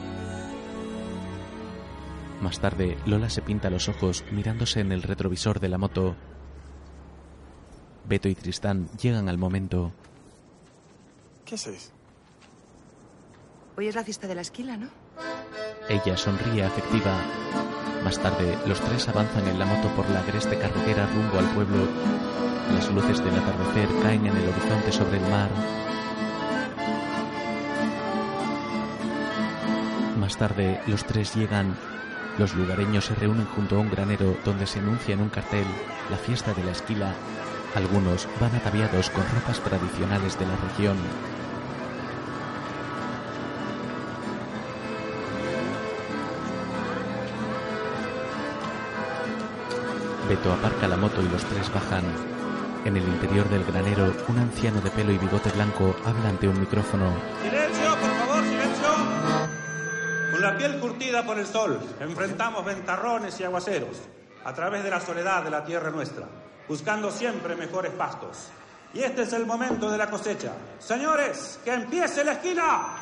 Más tarde, Lola se pinta los ojos mirándose en el retrovisor de la moto. Beto y Tristán llegan al momento. ¿Qué haces? Hoy es la fiesta de la esquila, ¿no? Ella sonríe afectiva. Más tarde, los tres avanzan en la moto por la agreste carretera rumbo al pueblo. Las luces del atardecer caen en el horizonte sobre el mar. Más tarde, los tres llegan. Los lugareños se reúnen junto a un granero donde se anuncia en un cartel la fiesta de la esquila. Algunos van ataviados con ropas tradicionales de la región. Beto aparca la moto y los tres bajan. En el interior del granero, un anciano de pelo y bigote blanco habla ante un micrófono. ¡Silencio, por favor, silencio! Con la piel curtida por el sol, enfrentamos ventarrones y aguaceros, a través de la soledad de la tierra nuestra, buscando siempre mejores pastos. Y este es el momento de la cosecha. Señores, ¡que empiece la esquila!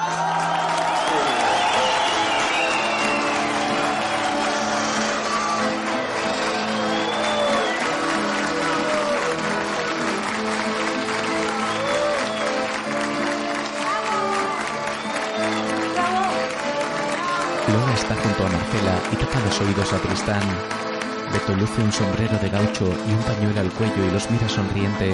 Lola está junto a Marcela y tapa los oídos a Tristán. Beto luce un sombrero de gaucho y un pañuelo al cuello y los mira sonriente.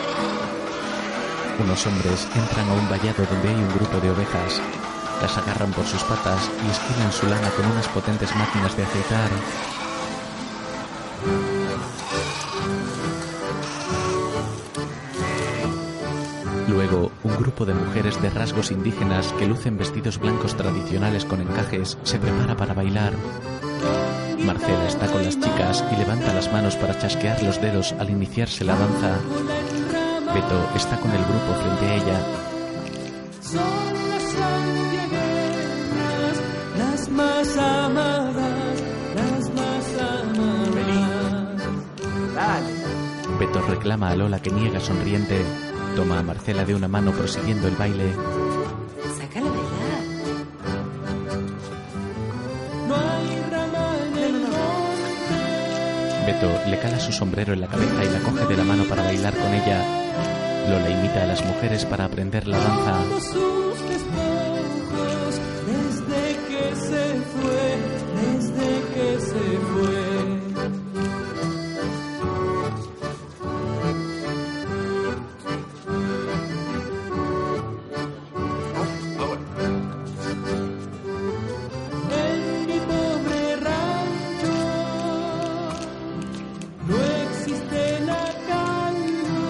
Unos hombres entran a un vallado donde hay un grupo de ovejas. Las agarran por sus patas y esquilan su lana con unas potentes máquinas de afeitar. Luego, un grupo de mujeres de rasgos indígenas que lucen vestidos blancos tradicionales con encajes se prepara para bailar. Marcela está con las chicas y levanta las manos para chasquear los dedos al iniciarse la danza. Beto está con el grupo frente a ella. Las más amadas, las más amadas. Dale. Beto reclama a Lola que niega sonriente. Toma a Marcela de una mano prosiguiendo el baile. Sácala a bailar. No hay rama en el monte. Beto le cala su sombrero en la cabeza y la coge de la mano para bailar con ella. Lola imita a las mujeres para aprender la danza. Sus despojos, desde que se fue, desde que se fue. En mi pobre rancho no existe la calma.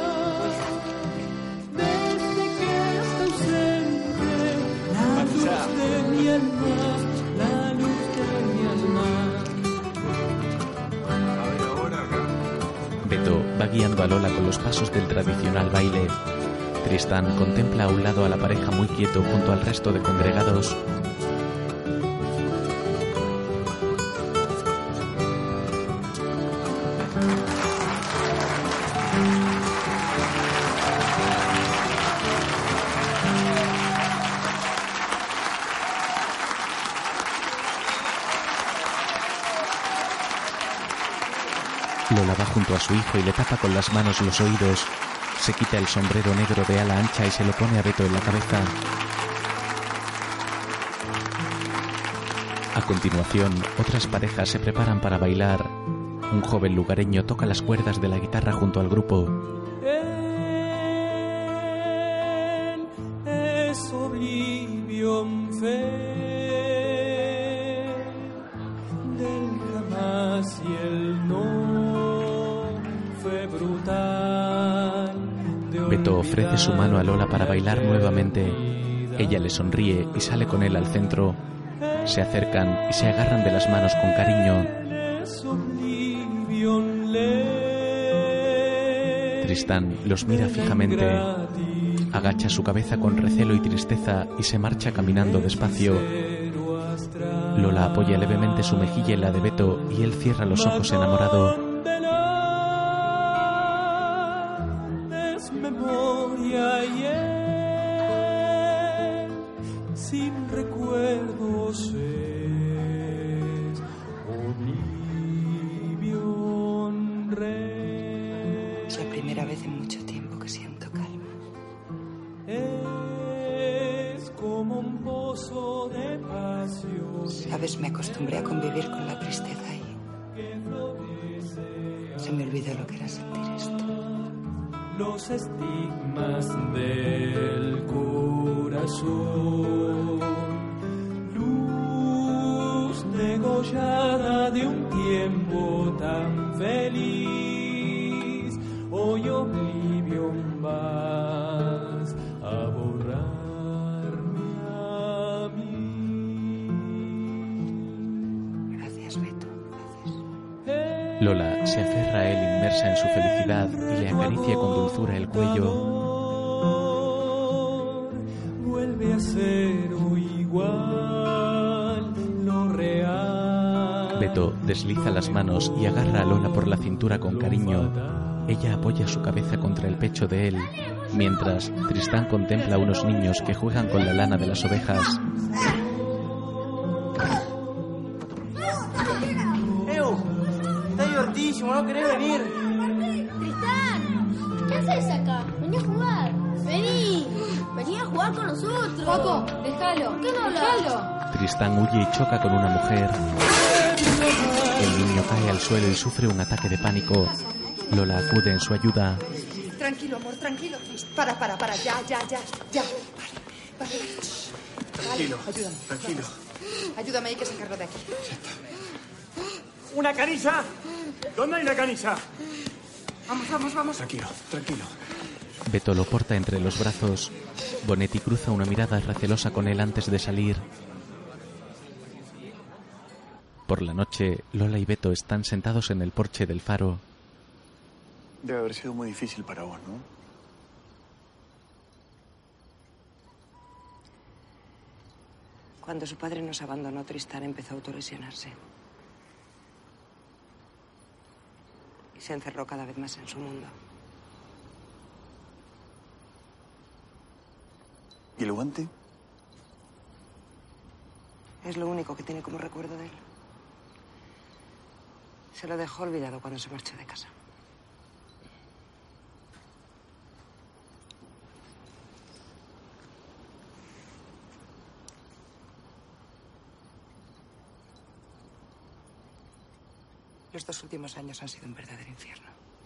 Desde que está ausente la luz de mi alma, la luz de mi alma. Beto va guiando a Lola con los pasos del tradicional baile. Tristán contempla a un lado a la pareja muy quieto junto al resto de congregados. Lola va junto a su hijo y le tapa con las manos los oídos. Se quita el sombrero negro de ala ancha y se lo pone a Beto en la cabeza. A continuación, otras parejas se preparan para bailar. Un joven lugareño toca las cuerdas de la guitarra junto al grupo. Él es Oblivion Fe del jamás y el no fue brutal. Beto ofrece su mano a Lola para bailar nuevamente. Ella le sonríe y sale con él al centro. Se acercan y se agarran de las manos con cariño. Tristán los mira fijamente. Agacha su cabeza con recelo y tristeza y se marcha caminando despacio. Lola apoya levemente su mejilla en la de Beto y él cierra los ojos enamorado. Memoria y él, sin recuerdos es Oblivion Rey. Es la primera vez en mucho tiempo que siento calma. Es como un pozo de pasión. Sabes, me acostumbré a convivir con la tristeza y se me olvidó lo que era sentir esto. Los estigmas del corazón, luz degollada de un tiempo tan feliz, hoy Oblivion vas a borrarme a mí. Gracias, Beto. Lola se aferra a él inmersa en su felicidad y le acaricia con dulzura el cuello. Vuelve a ser igual, lo real. Beto desliza las manos y agarra a Lola por la cintura con cariño. Ella apoya su cabeza contra el pecho de él, mientras Tristán contempla a unos niños que juegan con la lana de las ovejas. ¿No querés venir? ¡Tristán! ¿Qué haces acá? Vení a jugar. Vení. Vení a jugar con nosotros. Paco, déjalo. ¿Por qué no hablas? Tristán huye y choca con una mujer. El niño cae al suelo y sufre un ataque de pánico. Lola acude en su ayuda. Tranquilo, amor, tranquilo. Para, para, para. Ya, ya, ya, ya. Vale, vale. Tranquilo, vale, ayúdame. tranquilo. Ayúdame ahí que se encargo de aquí. ¿Una canilla? ¿Dónde hay una canilla? Vamos, vamos, vamos. Tranquilo, tranquilo. Beto lo porta entre los brazos. Bonetti cruza una mirada recelosa con él antes de salir. Por la noche, Lola y Beto están sentados en el porche del faro. Debe haber sido muy difícil para vos, ¿no? Cuando su padre nos abandonó, Tristán empezó a autolesionarse. y se encerró cada vez más en su mundo. ¿Y el guante? Es lo único que tiene como recuerdo de él. Se lo dejó olvidado cuando se marchó de casa. Los dos últimos años han sido un verdadero infierno.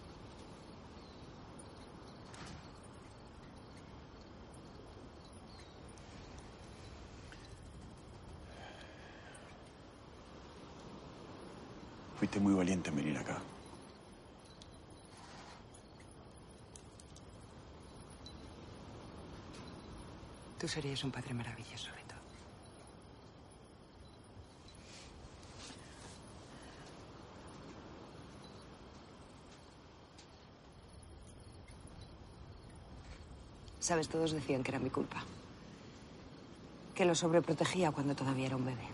Fuiste muy valiente en venir acá. Tú serías un padre maravilloso, Beto. Sabes, todos decían que era mi culpa. Que lo sobreprotegía cuando todavía era un bebé.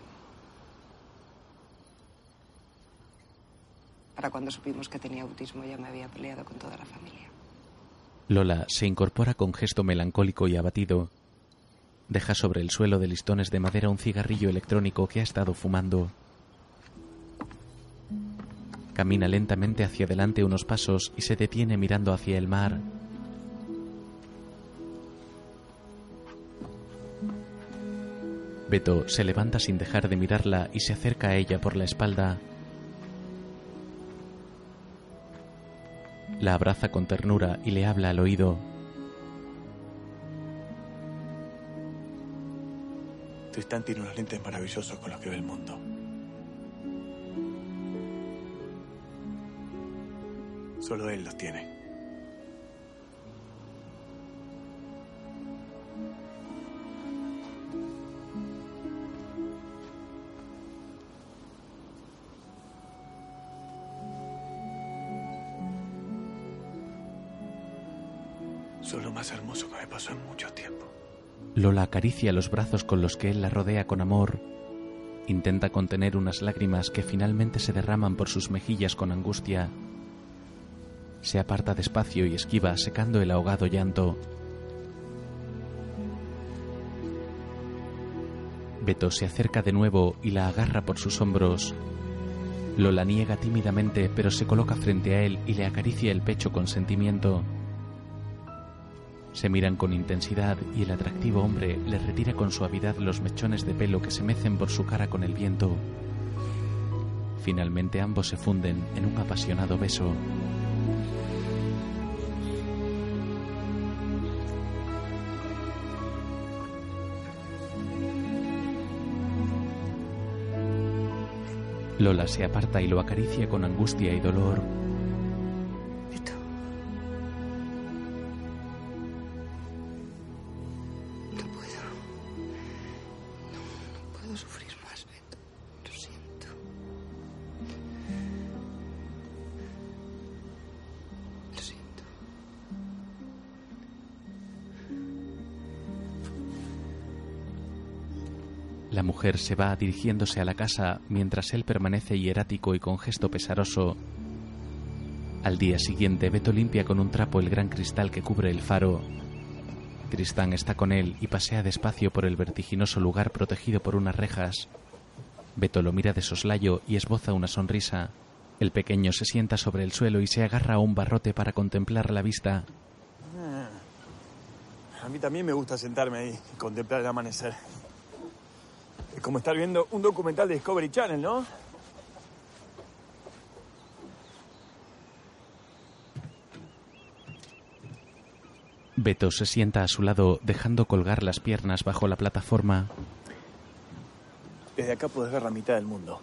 Para cuando supimos que tenía autismo ya me había peleado con toda la familia. Lola se incorpora con gesto melancólico y abatido. Deja sobre el suelo de listones de madera un cigarrillo electrónico que ha estado fumando. Camina lentamente hacia adelante unos pasos y se detiene mirando hacia el mar. Beto se levanta sin dejar de mirarla y se acerca a ella por la espalda. La abraza con ternura y le habla al oído. Tristán tiene unos lentes maravillosos con los que ve el mundo. Solo él los tiene. Sos lo más hermoso que me pasó en mucho tiempo. Lola acaricia los brazos con los que él la rodea con amor. Intenta contener unas lágrimas que finalmente se derraman por sus mejillas con angustia. Se aparta despacio y esquiva, secando el ahogado llanto. Beto se acerca de nuevo y la agarra por sus hombros. Lola niega tímidamente, pero se coloca frente a él y le acaricia el pecho con sentimiento. Se miran con intensidad y el atractivo hombre le retira con suavidad los mechones de pelo que se mecen por su cara con el viento. Finalmente ambos se funden en un apasionado beso. Lola se aparta y lo acaricia con angustia y dolor. Beto. No puedo. No, no puedo sufrir más, Beto. Lo siento. Lo siento. La mujer se va dirigiéndose a la casa mientras él permanece hierático y con gesto pesaroso. Al día siguiente, Beto limpia con un trapo el gran cristal que cubre el faro. Tristán está con él y pasea despacio por el vertiginoso lugar protegido por unas rejas. Beto lo mira de soslayo y esboza una sonrisa. El pequeño se sienta sobre el suelo y se agarra a un barrote para contemplar la vista. A mí también me gusta sentarme ahí y contemplar el amanecer. Es como estar viendo un documental de Discovery Channel, ¿no? Beto se sienta a su lado, dejando colgar las piernas bajo la plataforma. Desde acá podés ver la mitad del mundo.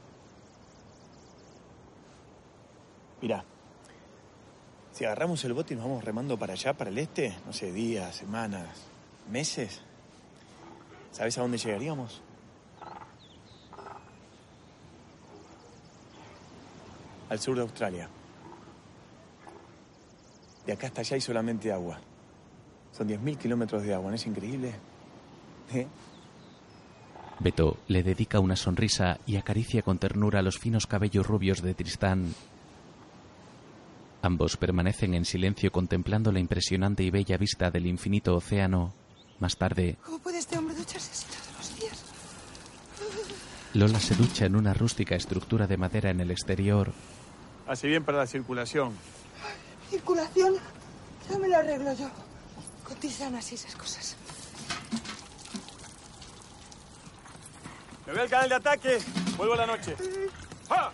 Mirá, si agarramos el bote y nos vamos remando para allá, para el este, no sé, días, semanas, meses, ¿sabés a dónde llegaríamos? Al sur de Australia. De acá hasta allá hay solamente agua. Son diez mil kilómetros de agua, ¿no es increíble? ¿Eh? Beto le dedica una sonrisa y acaricia con ternura los finos cabellos rubios de Tristán. Ambos permanecen en silencio contemplando la impresionante y bella vista del infinito océano. Más tarde, ¿Cómo puede este hombre ducharse así todos los días? Lola se ducha en una rústica estructura de madera en el exterior. Hace bien para la circulación. Circulación, ya me lo arreglo yo. Con tisanas y esas cosas. Me voy al canal de ataque. Vuelvo a la noche. ¡Ah!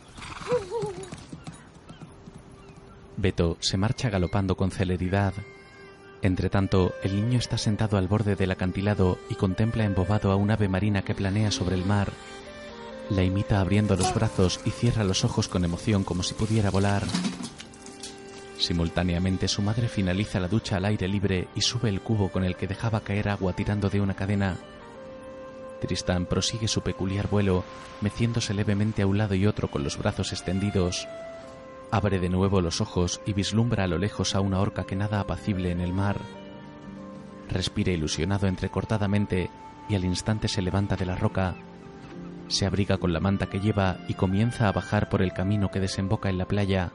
Beto se marcha galopando con celeridad. Entretanto, el niño está sentado al borde del acantilado y contempla embobado a un ave marina que planea sobre el mar. La imita abriendo los brazos y cierra los ojos con emoción como si pudiera volar. Simultáneamente su madre finaliza la ducha al aire libre y sube el cubo con el que dejaba caer agua tirando de una cadena. Tristán prosigue su peculiar vuelo, meciéndose levemente a un lado y otro con los brazos extendidos. Abre de nuevo los ojos y vislumbra a lo lejos a una orca que nada apacible en el mar. Respira ilusionado entrecortadamente y al instante se levanta de la roca. Se abriga con la manta que lleva y comienza a bajar por el camino que desemboca en la playa.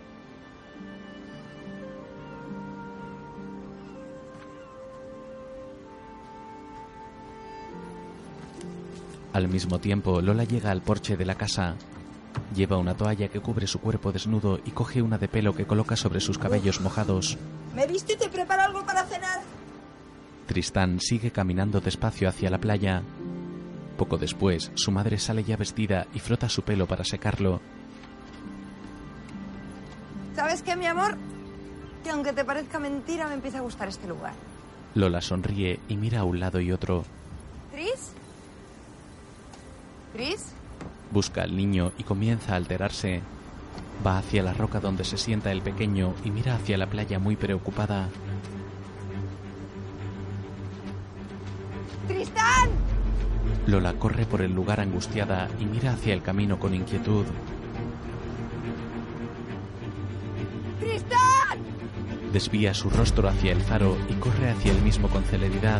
Al mismo tiempo, Lola llega al porche de la casa. Lleva una toalla que cubre su cuerpo desnudo y coge una de pelo que coloca sobre sus cabellos mojados. Me visto y te preparo algo para cenar. Tristán sigue caminando despacio hacia la playa. Poco después, su madre sale ya vestida y frota su pelo para secarlo. ¿Sabes qué, mi amor? Que aunque te parezca mentira, me empieza a gustar este lugar. Lola sonríe y mira a un lado y otro. ¿Tris? ¿Tris? Busca al niño y comienza a alterarse. Va hacia la roca donde se sienta el pequeño y mira hacia la playa muy preocupada. ¡Tristán! Lola corre por el lugar angustiada y mira hacia el camino con inquietud. ¡Tristán! Desvía su rostro hacia el faro y corre hacia el mismo con celeridad.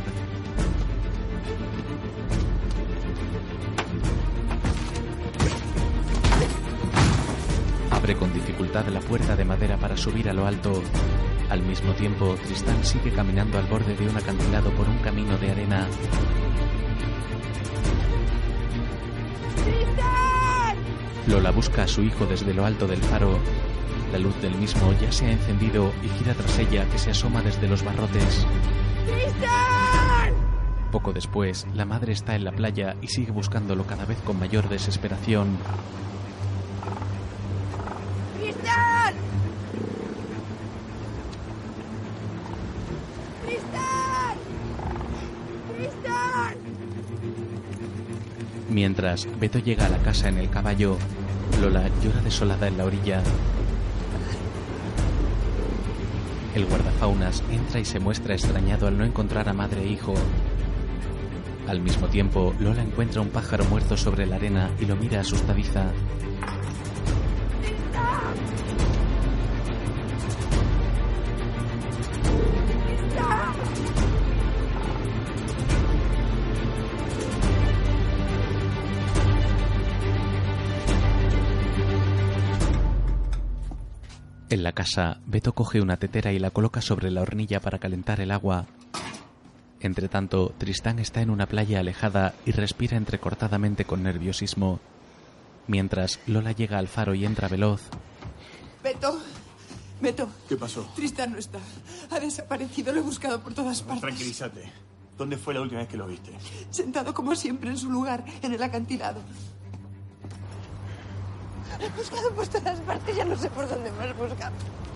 Abre con dificultad la puerta de madera para subir a lo alto. Al mismo tiempo, Tristán sigue caminando al borde de un acantilado por un camino de arena. ¡Tristán! Lola busca a su hijo desde lo alto del faro. La luz del mismo ya se ha encendido y gira tras ella, que se asoma desde los barrotes. ¡Tristán! Poco después, la madre está en la playa y sigue buscándolo cada vez con mayor desesperación. ¡Tristán! ¡Tristán! ¡Tristán! Mientras, Beto llega a la casa en el caballo. Lola llora desolada en la orilla. El guardafaunas entra y se muestra extrañado al no encontrar a madre e hijo. Al mismo tiempo, Lola encuentra un pájaro muerto sobre la arena y lo mira asustadiza. En la casa, Beto coge una tetera y la coloca sobre la hornilla para calentar el agua. Entretanto, Tristán está en una playa alejada y respira entrecortadamente con nerviosismo. Mientras, Lola llega al faro y entra veloz. Beto, Beto. ¿Qué pasó? Tristán no está. Ha desaparecido, lo he buscado por todas partes. Tranquilízate. ¿Dónde fue la última vez que lo viste? Sentado como siempre en su lugar, en el acantilado. Lo he buscado por todas partes, ya no sé por dónde más buscar.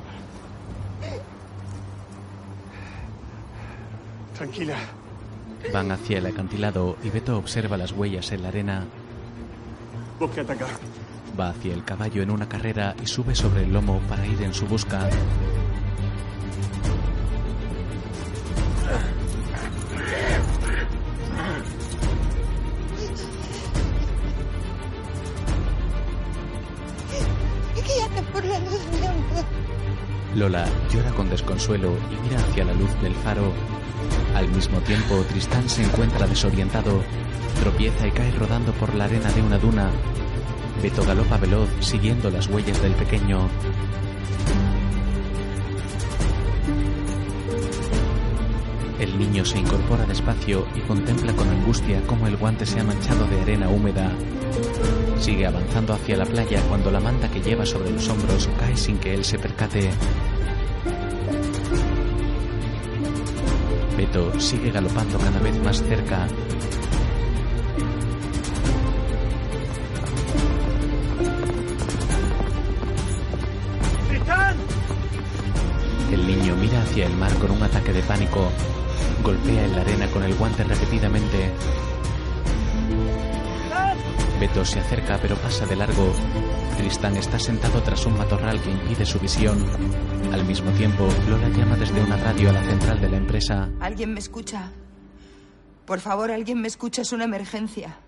Tranquila. Van hacia el acantilado y Beto observa las huellas en la arena. Busque atacar. Va hacia el caballo en una carrera y sube sobre el lomo para ir en su busca. Por la luz, mi amor. Lola llora con desconsuelo y mira hacia la luz del faro. Al mismo tiempo, Tristán se encuentra desorientado, tropieza y cae rodando por la arena de una duna. Beto galopa veloz, siguiendo las huellas del pequeño. El niño se incorpora despacio y contempla con angustia cómo el guante se ha manchado de arena húmeda. Sigue avanzando hacia la playa cuando la manta que lleva sobre los hombros cae sin que él se percate. Beto sigue galopando cada vez más cerca. ¡Tristán! El niño mira hacia el mar con un ataque de pánico. Golpea en la arena con el guante repetidamente. Beto se acerca pero pasa de largo. Tristán está sentado tras un matorral que impide su visión. Al mismo tiempo, Lola llama desde una radio a la central de la empresa. ¿Alguien me escucha? Por favor, alguien me escucha, es una emergencia.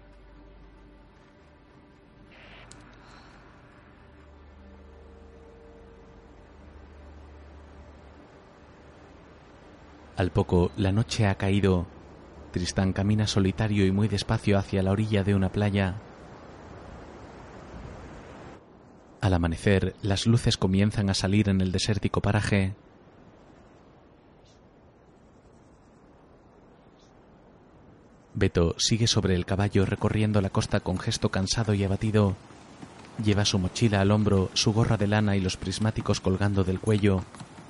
Al poco, la noche ha caído. Tristán camina solitario y muy despacio hacia la orilla de una playa. Al amanecer, las luces comienzan a salir en el desértico paraje. Beto sigue sobre el caballo recorriendo la costa con gesto cansado y abatido. Lleva su mochila al hombro, su gorra de lana y los prismáticos colgando del cuello.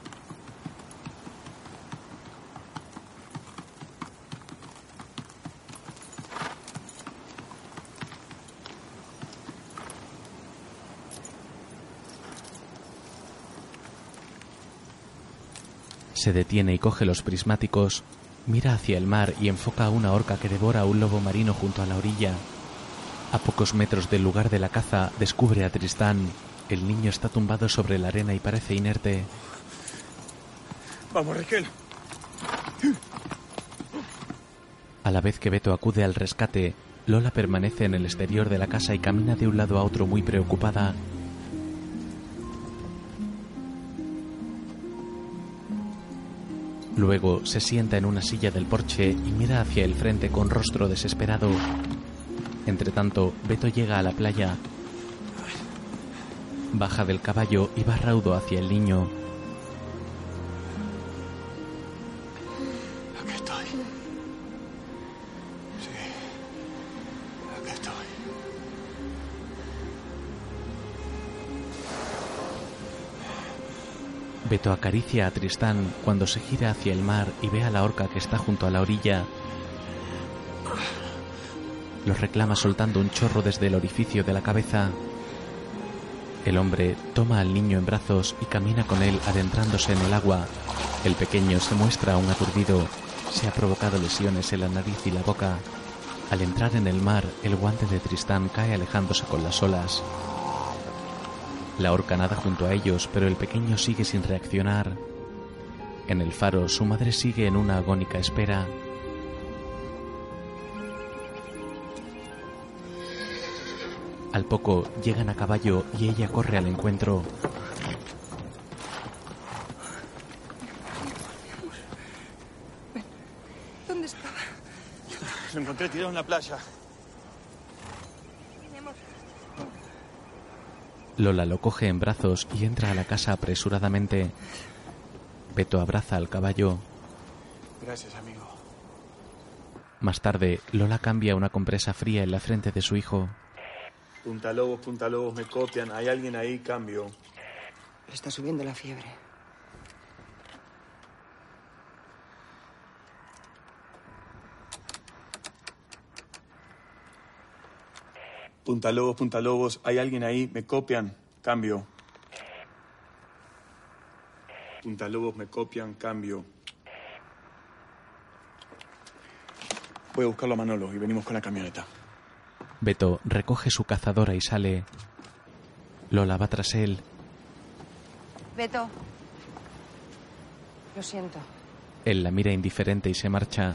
Se detiene y coge los prismáticos, mira hacia el mar y enfoca a una orca que devora a un lobo marino junto a la orilla. A pocos metros del lugar de la caza, descubre a Tristán. El niño está tumbado sobre la arena y parece inerte. Vamos, Raquel. A la vez que Beto acude al rescate, Lola permanece en el exterior de la casa y camina de un lado a otro muy preocupada. Luego se sienta en una silla del porche y mira hacia el frente con rostro desesperado. Entretanto, Beto llega a la playa. Baja del caballo y va raudo hacia el niño. Aquí estoy. Sí. Aquí estoy. Beto acaricia a Tristán cuando se gira hacia el mar y ve a la orca que está junto a la orilla. Los reclama soltando un chorro desde el orificio de la cabeza. El hombre toma al niño en brazos y camina con él adentrándose en el agua. El pequeño se muestra aún aturdido. Se ha provocado lesiones en la nariz y la boca. Al entrar en el mar, el guante de Tristán cae alejándose con las olas. La orca nada junto a ellos, pero el pequeño sigue sin reaccionar. En el faro, su madre sigue en una agónica espera. Al poco, llegan a caballo y ella corre al encuentro. ¿Dónde estaba? Lo encontré tirado en la playa. Lola lo coge en brazos y entra a la casa apresuradamente. Beto abraza al caballo. Gracias, amigo. Más tarde, Lola cambia una compresa fría en la frente de su hijo. Punta Lobos, Punta Lobos, me copian. Hay alguien ahí, cambio. Le está subiendo la fiebre. Punta Lobos, Punta Lobos, hay alguien ahí, me copian, cambio. Punta Lobos, me copian, cambio. Voy a buscarlo a Manolo y venimos con la camioneta. Beto recoge su cazadora y sale. Lola va tras él. Beto. Lo siento. Él la mira indiferente y se marcha.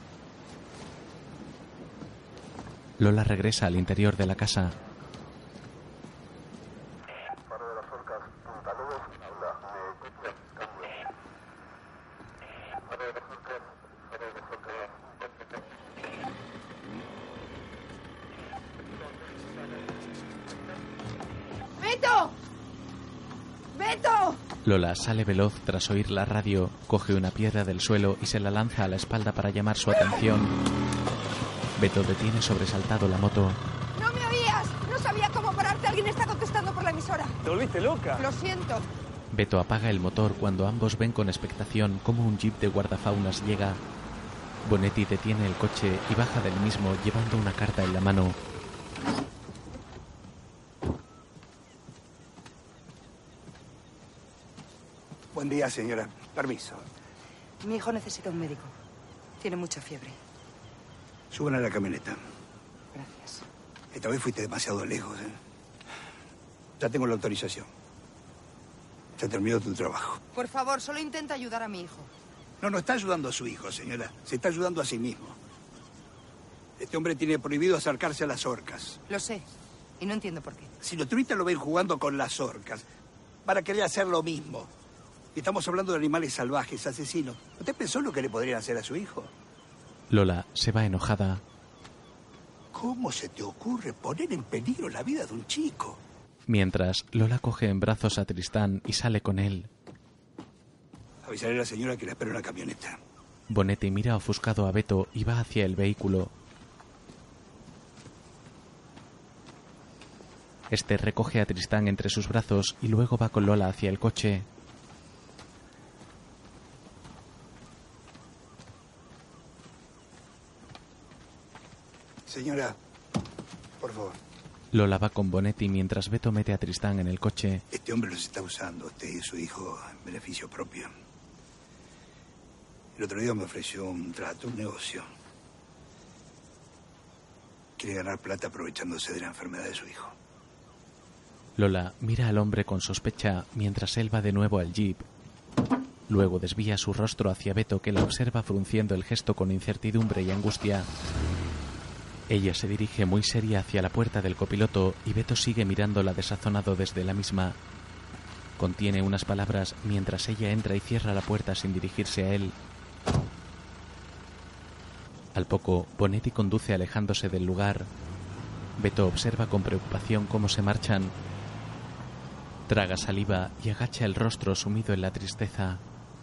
Lola regresa al interior de la casa. ¡Beto! ¡Beto! Lola sale veloz tras oír la radio, coge una piedra del suelo y se la lanza a la espalda para llamar su atención. Beto detiene sobresaltado la moto. ¡No me oías! No sabía cómo pararte. Alguien está contestando por la emisora. ¿Te volviste loca? Lo siento. Beto apaga el motor cuando ambos ven con expectación cómo un jeep de guardafaunas llega. Bonetti detiene el coche y baja del mismo llevando una carta en la mano. Buen día, señora. Permiso. Mi hijo necesita un médico. Tiene mucha fiebre. Suban a la camioneta. Gracias. Esta vez fuiste demasiado lejos, ¿eh? Ya tengo la autorización. Ya terminó tu trabajo. Por favor, solo intenta ayudar a mi hijo. No, no está ayudando a su hijo, señora. Se está ayudando a sí mismo. Este hombre tiene prohibido acercarse a las orcas. Lo sé. Y no entiendo por qué. Si los turistas lo ven jugando con las orcas, van a querer hacer lo mismo. Estamos hablando de animales salvajes, asesinos. ¿Usted pensó lo que le podrían hacer a su hijo? Lola se va enojada. ¿Cómo se te ocurre poner en peligro la vida de un chico? Mientras, Lola coge en brazos a Tristán y sale con él. Avisaré a la señora que la espero en la camioneta. Bonetti mira ofuscado a Beto y va hacia el vehículo. Este recoge a Tristán entre sus brazos y luego va con Lola hacia el coche. Señora, por favor. Lola va con Bonetti mientras Beto mete a Tristán en el coche. Este hombre los está usando, usted y su hijo, en beneficio propio. El otro día me ofreció un trato, un negocio. Quiere ganar plata aprovechándose de la enfermedad de su hijo. Lola mira al hombre con sospecha mientras él va de nuevo al jeep. Luego desvía su rostro hacia Beto, que la observa frunciendo el gesto con incertidumbre y angustia. Ella se dirige muy seria hacia la puerta del copiloto y Beto sigue mirándola desazonado desde la misma. Contiene unas palabras mientras ella entra y cierra la puerta sin dirigirse a él. Al poco, Bonetti conduce alejándose del lugar. Beto observa con preocupación cómo se marchan. Traga saliva y agacha el rostro sumido en la tristeza.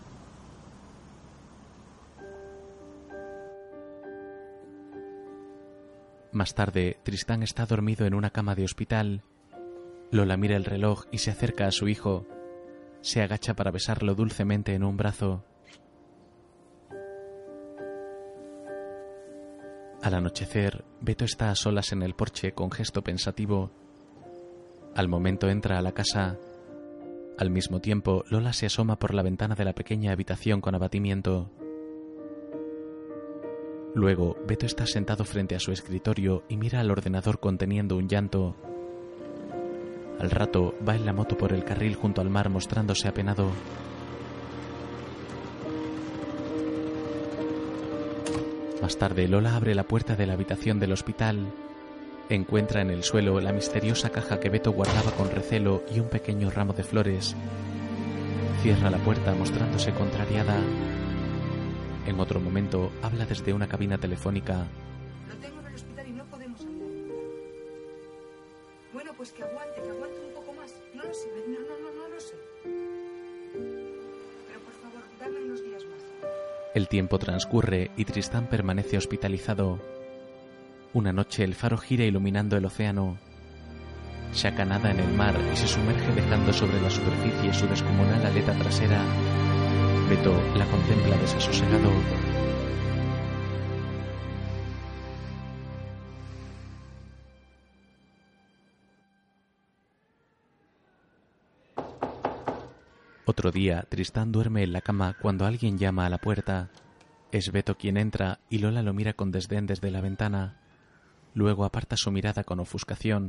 Más tarde, Tristán está dormido en una cama de hospital. Lola mira el reloj y se acerca a su hijo. Se agacha para besarlo dulcemente en un brazo. Al anochecer, Beto está a solas en el porche con gesto pensativo. Al momento entra a la casa. Al mismo tiempo, Lola se asoma por la ventana de la pequeña habitación con abatimiento. Luego, Beto está sentado frente a su escritorio y mira al ordenador conteniendo un llanto. Al rato, va en la moto por el carril junto al mar mostrándose apenado. Más tarde, Lola abre la puerta de la habitación del hospital. Encuentra en el suelo la misteriosa caja que Beto guardaba con recelo y un pequeño ramo de flores. Cierra la puerta mostrándose contrariada. En otro momento, habla desde una cabina telefónica. Lo tengo en el hospital y no podemos andar. Bueno, pues que aguante, que aguante un poco más. No lo sé, no, no, no, no lo sé. Pero por favor, dame unos días más. El tiempo transcurre y Tristán permanece hospitalizado. Una noche el faro gira iluminando el océano. Shaka nada en el mar y se sumerge dejando sobre la superficie su descomunal aleta trasera. Beto la contempla desasosegado. Otro día, Tristán duerme en la cama cuando alguien llama a la puerta. Es Beto quien entra y Lola lo mira con desdén desde la ventana. Luego aparta su mirada con ofuscación.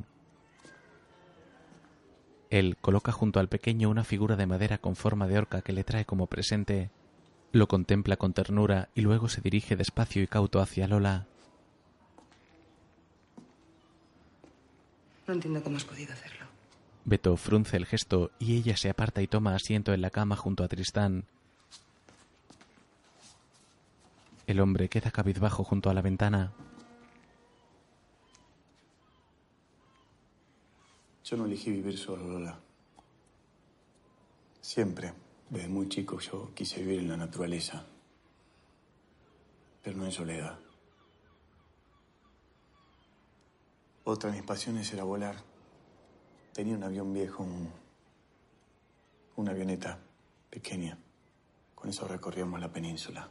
Él coloca junto al pequeño una figura de madera con forma de orca que le trae como presente. Lo contempla con ternura y luego se dirige despacio y cauto hacia Lola. No entiendo cómo has podido hacerlo. Beto frunce el gesto y ella se aparta y toma asiento en la cama junto a Tristán. El hombre queda cabizbajo junto a la ventana. Yo no elegí vivir solo, Lola. Siempre, desde muy chico, yo quise vivir en la naturaleza, pero no en soledad. Otra de mis pasiones era volar. Tenía un avión viejo, un, una avioneta pequeña. Con eso recorríamos la península.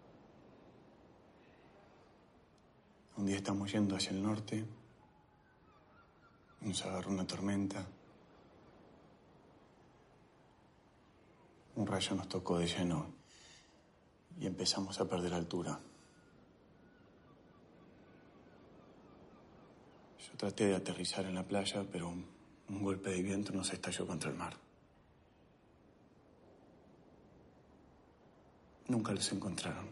Un día estamos yendo hacia el norte. Nos agarró una tormenta. Un rayo nos tocó de lleno y empezamos a perder altura. Yo traté de aterrizar en la playa, pero un, un golpe de viento nos estalló contra el mar. Nunca los encontraron.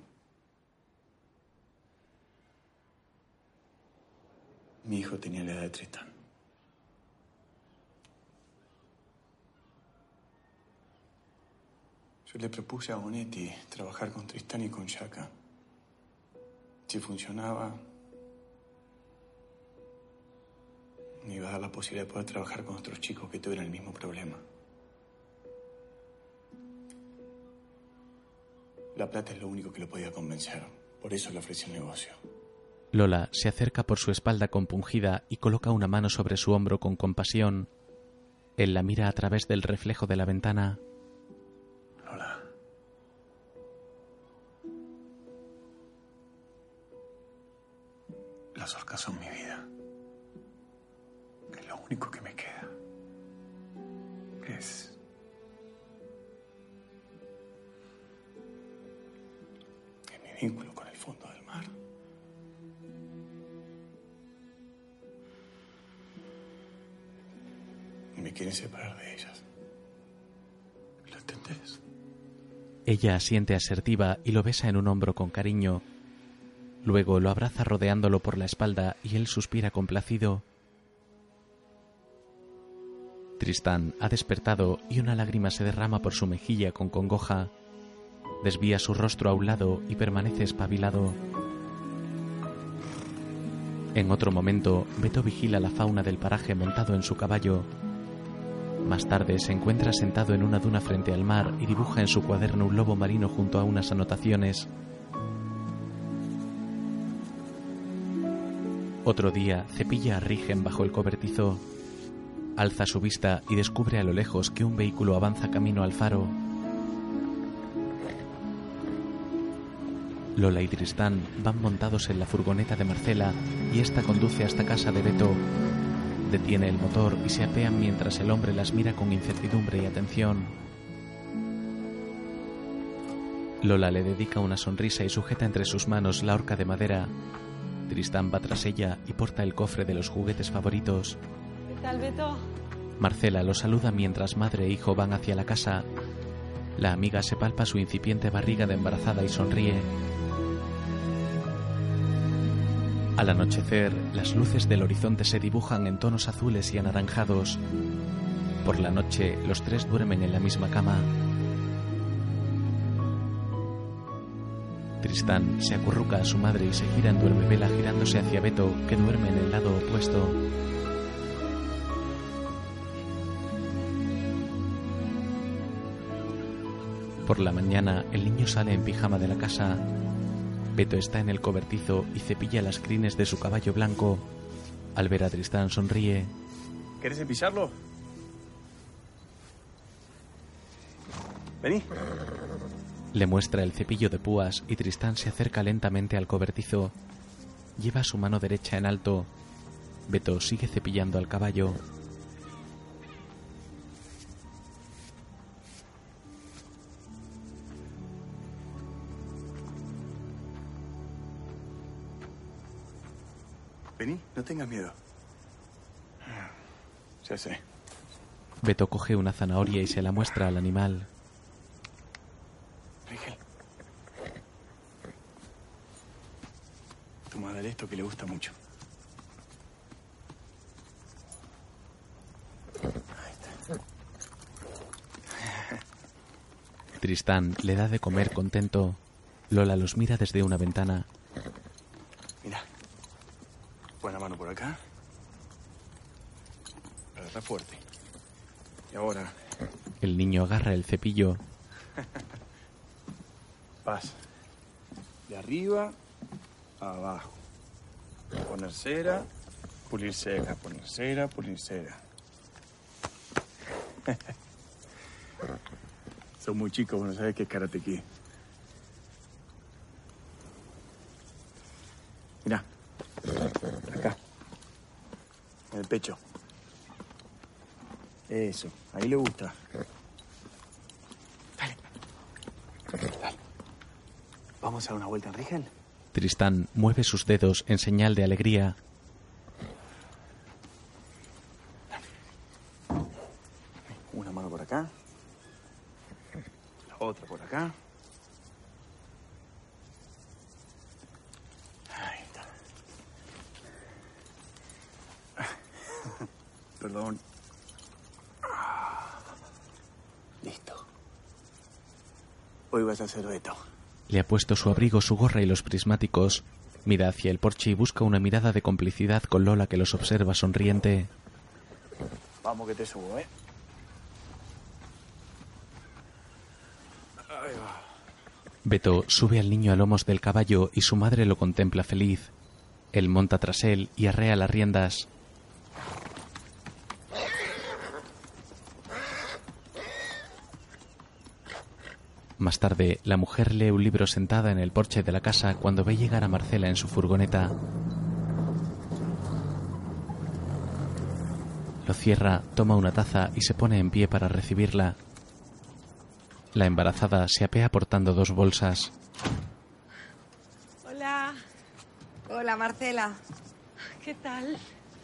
Mi hijo tenía la edad de Tristán. Yo le propuse a Bonetti trabajar con Tristán y con Shaka. Si funcionaba, me iba a dar la posibilidad de poder trabajar con otros chicos que tuvieran el mismo problema. La plata es lo único que lo podía convencer. Por eso le ofrecí el negocio. Lola se acerca por su espalda compungida y coloca una mano sobre su hombro con compasión. Él la mira a través del reflejo de la ventana. Lola. Las orcas son mi vida. Es lo único que me queda. Es... es mi vínculo con el fondo del mar. Y me quieren separar de ellas. ¿Lo entendés? Ella asiente asertiva y lo besa en un hombro con cariño. Luego lo abraza rodeándolo por la espalda y él suspira complacido. Tristán ha despertado y una lágrima se derrama por su mejilla con congoja. Desvía su rostro a un lado y permanece espabilado. En otro momento, Beto vigila la fauna del paraje montado en su caballo. Más tarde se encuentra sentado en una duna frente al mar y dibuja en su cuaderno un lobo marino junto a unas anotaciones. Otro día cepilla a Rigen bajo el cobertizo. Alza su vista y descubre a lo lejos que un vehículo avanza camino al faro. Lola y Tristán van montados en la furgoneta de Marcela y esta conduce hasta casa de Beto. Detiene el motor y se apean mientras el hombre las mira con incertidumbre y atención. Lola le dedica una sonrisa y sujeta entre sus manos la horca de madera. Tristán va tras ella y porta el cofre de los juguetes favoritos. ¿Qué tal, Beto? Marcela lo saluda mientras madre e hijo van hacia la casa. La amiga se palpa su incipiente barriga de embarazada y sonríe. Al anochecer, las luces del horizonte se dibujan en tonos azules y anaranjados. Por la noche, los tres duermen en la misma cama. Tristán se acurruca a su madre y se gira en duermevela girándose hacia Beto, que duerme en el lado opuesto. Por la mañana, el niño sale en pijama de la casa. Beto está en el cobertizo y cepilla las crines de su caballo blanco. Al ver a Tristán sonríe. ¿Querés cepillarlo? Vení. Le muestra el cepillo de púas y Tristán se acerca lentamente al cobertizo. Lleva su mano derecha en alto. Beto sigue cepillando al caballo. Vení, no tengas miedo. Ya sé. Beto coge una zanahoria y se la muestra al animal. Rigel. Toma, dale esto que le gusta mucho. Ahí está. Tristán le da de comer contento. Lola los mira desde una ventana. Mira. Pon la mano por acá. Agarra fuerte. Y ahora... El niño agarra el cepillo. Pasa. De arriba a abajo. Poner cera, pulir cera, poner cera, pulir cera. Son muy chicos, vos no sabés qué es Karate Kid. Mirá. Acá. En el pecho. Eso, ahí le gusta. Dale. Dale. ¿Vamos a dar una vuelta en Rigel? Tristán mueve sus dedos en señal de alegría. Una mano por acá. La otra por acá. Ahí está. Perdón. Listo. Hoy vas a hacer Beto. Le ha puesto su abrigo, su gorra y los prismáticos. Mira hacia el porche y busca una mirada de complicidad con Lola, que los observa sonriente. Vamos que te subo, ¿eh? Ahí va. Beto sube al niño a lomos del caballo y su madre lo contempla feliz. Él monta tras él y arrea las riendas. Más tarde, la mujer lee un libro sentada en el porche de la casa cuando ve llegar a Marcela en su furgoneta. Lo cierra, toma una taza y se pone en pie para recibirla. La embarazada se apea portando dos bolsas. Hola. Hola, Marcela. ¿Qué tal?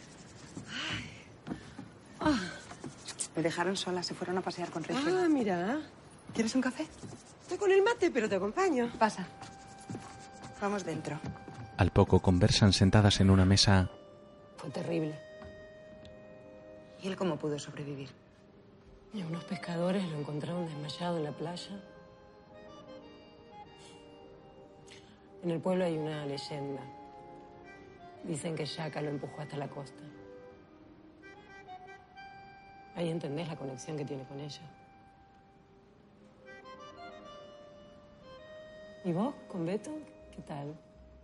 Oh. Me dejaron sola, se fueron a pasear con Regina. Ah, mira. ¿Quieres un café? Estoy con el mate, pero te acompaño. Pasa. Vamos dentro. Al poco conversan sentadas en una mesa. Fue terrible. ¿Y él cómo pudo sobrevivir? Y unos pescadores lo encontraron desmayado en la playa. En el pueblo hay una leyenda. Dicen que Shaka lo empujó hasta la costa. Ahí entendés la conexión que tiene con ella. ¿Y vos, con Beto? ¿Qué tal?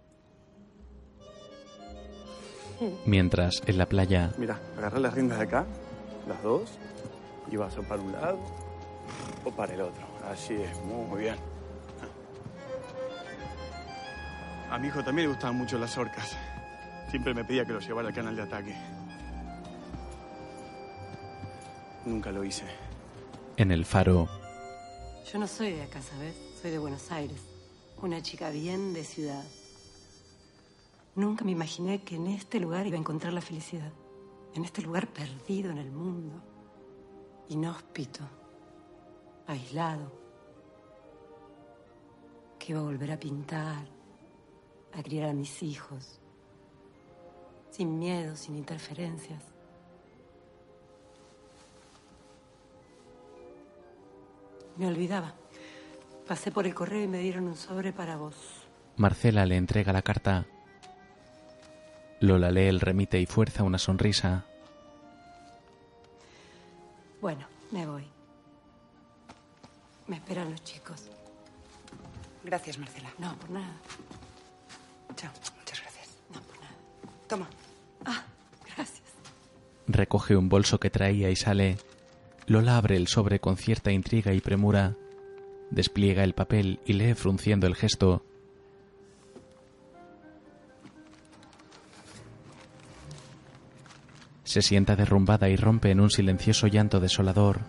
Mientras, en la playa... Mira, agarrá las riendas de acá, las dos, y vas o para un lado o para el otro. Así es, muy bien. A mi hijo también le gustaban mucho las orcas. Siempre me pedía que lo llevara al canal de ataque. Nunca lo hice. En el faro... Yo no soy de acá, ¿sabes? Soy de Buenos Aires. Una chica bien de ciudad. Nunca me imaginé que en este lugar iba a encontrar la felicidad. En este lugar perdido en el mundo. Inhóspito. Aislado. Que iba a volver a pintar. A criar a mis hijos. Sin miedo, sin interferencias. Me olvidaba. Pasé por el correo y me dieron un sobre para vos. Marcela le entrega la carta. Lola lee el remite y fuerza una sonrisa. Bueno, me voy. Me esperan los chicos. Gracias, Marcela. No, por nada. Chao. Muchas gracias. No, por nada. Toma. Ah, gracias. Recoge un bolso que traía y sale. Lola abre el sobre con cierta intriga y premura. Despliega el papel y lee frunciendo el gesto. Se sienta derrumbada y rompe en un silencioso llanto desolador.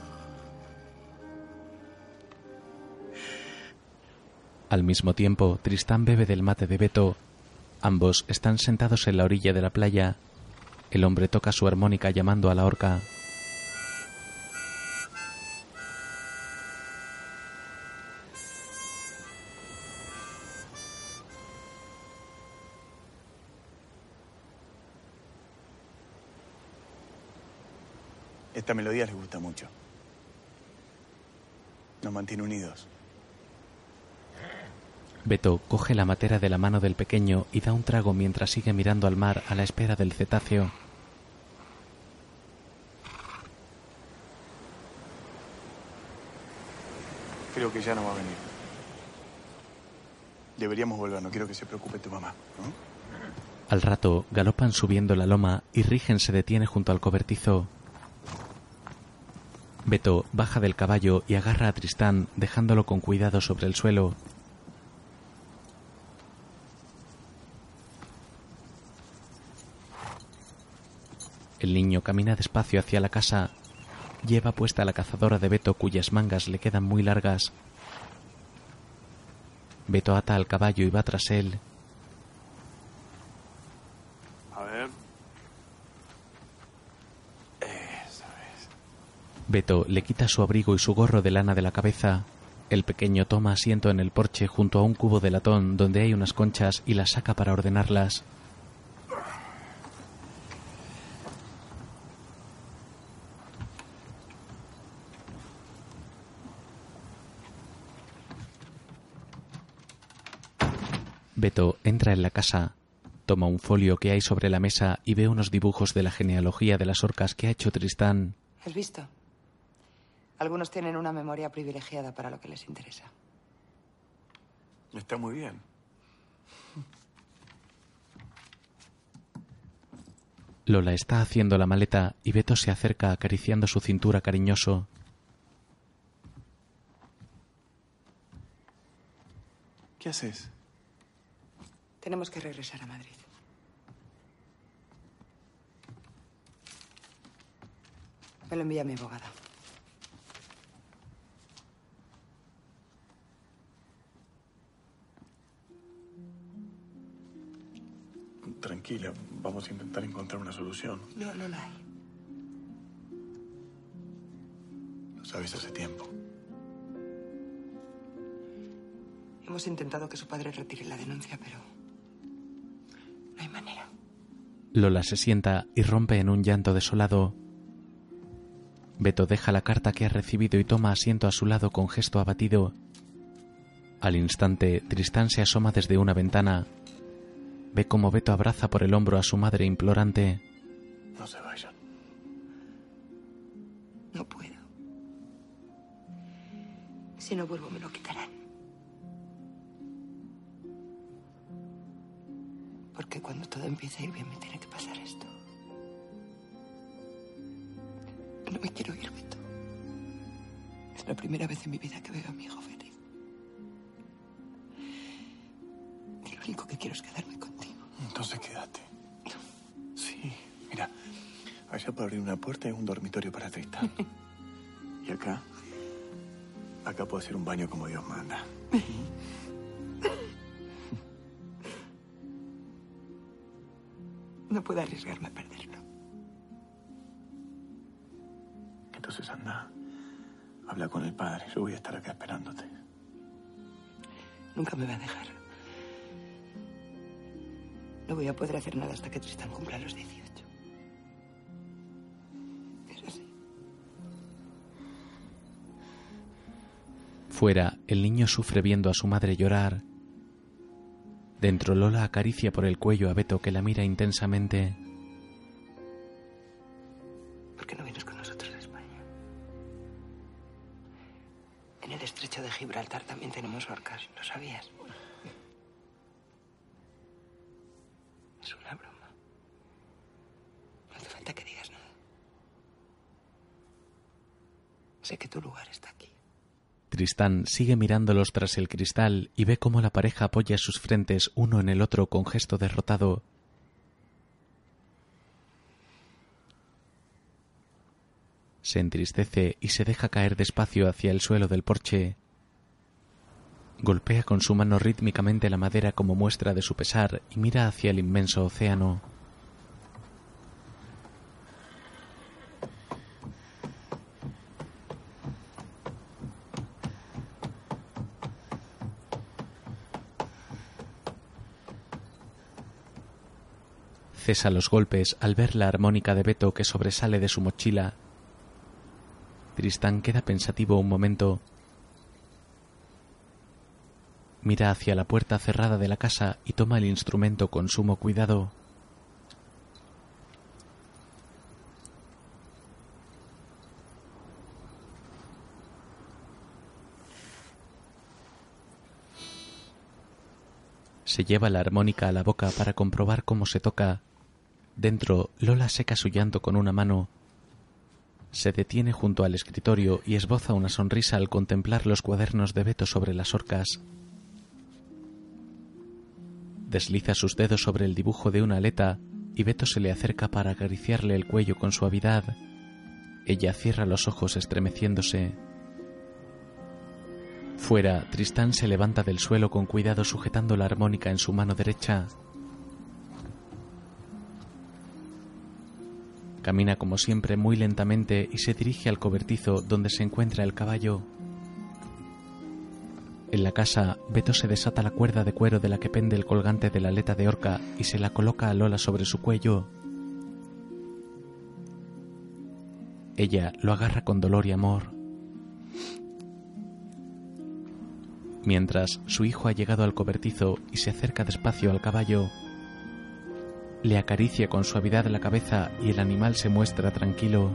Al mismo tiempo, Tristán bebe del mate de Beto. Ambos están sentados en la orilla de la playa. El hombre toca su armónica llamando a la orca. Esta melodía les gusta mucho. Nos mantiene unidos. Beto coge la matera de la mano del pequeño y da un trago mientras sigue mirando al mar a la espera del cetáceo. Creo que ya no va a venir. Deberíamos volver, no quiero que se preocupe tu mamá, ¿no? Al rato, galopan subiendo la loma y Rigen se detiene junto al cobertizo. Beto baja del caballo y agarra a Tristán, dejándolo con cuidado sobre el suelo. El niño camina despacio hacia la casa. Lleva puesta la cazadora de Beto, cuyas mangas le quedan muy largas. Beto ata al caballo y va tras él. A ver. Esa es. Beto le quita su abrigo y su gorro de lana de la cabeza. El pequeño toma asiento en el porche junto a un cubo de latón donde hay unas conchas y las saca para ordenarlas. Beto entra en la casa, toma un folio que hay sobre la mesa y ve unos dibujos de la genealogía de las orcas que ha hecho Tristán. ¿Has visto? Algunos tienen una memoria privilegiada para lo que les interesa. Está muy bien. Lola está haciendo la maleta y Beto se acerca acariciando su cintura cariñoso. ¿Qué haces? Tenemos que regresar a Madrid. Me lo envía mi abogada. Tranquila, vamos a intentar encontrar una solución. No, no la hay. Lo sabes hace tiempo. Hemos intentado que su padre retire la denuncia, pero no hay manera. Lola se sienta y rompe en un llanto desolado. Beto deja la carta que ha recibido y toma asiento a su lado con gesto abatido. Al instante, Tristán se asoma desde una ventana. Ve cómo Beto abraza por el hombro a su madre implorante. No se vayan. No puedo. Si no vuelvo, me lo quitarán. Porque cuando todo empieza a ir bien, me tiene que pasar esto. No me quiero ir, Beto. Es la primera vez en mi vida que veo a mi hijo feliz. Y lo único que quiero es quedarme contigo. Entonces quédate. Sí, mira. Allá para abrir una puerta hay un dormitorio para Tristán. Y acá... Acá puedo hacer un baño como Dios manda. No puedo arriesgarme a perderlo. Entonces anda. Habla con el padre. Yo voy a estar acá esperándote. Nunca me va a dejar. No voy a poder hacer nada hasta que Tristán cumpla los dieciocho. Es así. Fuera, el niño sufre viendo a su madre llorar. Dentro, Lola acaricia por el cuello a Beto, que la mira intensamente. ¿Por qué no vienes con nosotros a España? En el estrecho de Gibraltar también tenemos orcas, ¿lo sabías? Es una broma. No hace falta que digas nada. Sé que tu lugar está aquí. Tristán sigue mirándolos tras el cristal y ve cómo la pareja apoya sus frentes uno en el otro con gesto derrotado. Se entristece y se deja caer despacio hacia el suelo del porche. Golpea con su mano rítmicamente la madera como muestra de su pesar y mira hacia el inmenso océano. Cesa los golpes al ver la armónica de Beto que sobresale de su mochila. Tristán queda pensativo un momento. Mira hacia la puerta cerrada de la casa y toma el instrumento con sumo cuidado. Se lleva la armónica a la boca para comprobar cómo se toca. Dentro, Lola seca su llanto con una mano. Se detiene junto al escritorio y esboza una sonrisa al contemplar los cuadernos de Beto sobre las orcas. Desliza sus dedos sobre el dibujo de una aleta y Beto se le acerca para acariciarle el cuello con suavidad. Ella cierra los ojos estremeciéndose. Fuera, Tristán se levanta del suelo con cuidado sujetando la armónica en su mano derecha. Camina como siempre muy lentamente y se dirige al cobertizo donde se encuentra el caballo. En la casa, Beto se desata la cuerda de cuero de la que pende el colgante de la aleta de orca y se la coloca a Lola sobre su cuello. Ella lo agarra con dolor y amor. Mientras, su hijo ha llegado al cobertizo y se acerca despacio al caballo. Le acaricia con suavidad la cabeza y el animal se muestra tranquilo.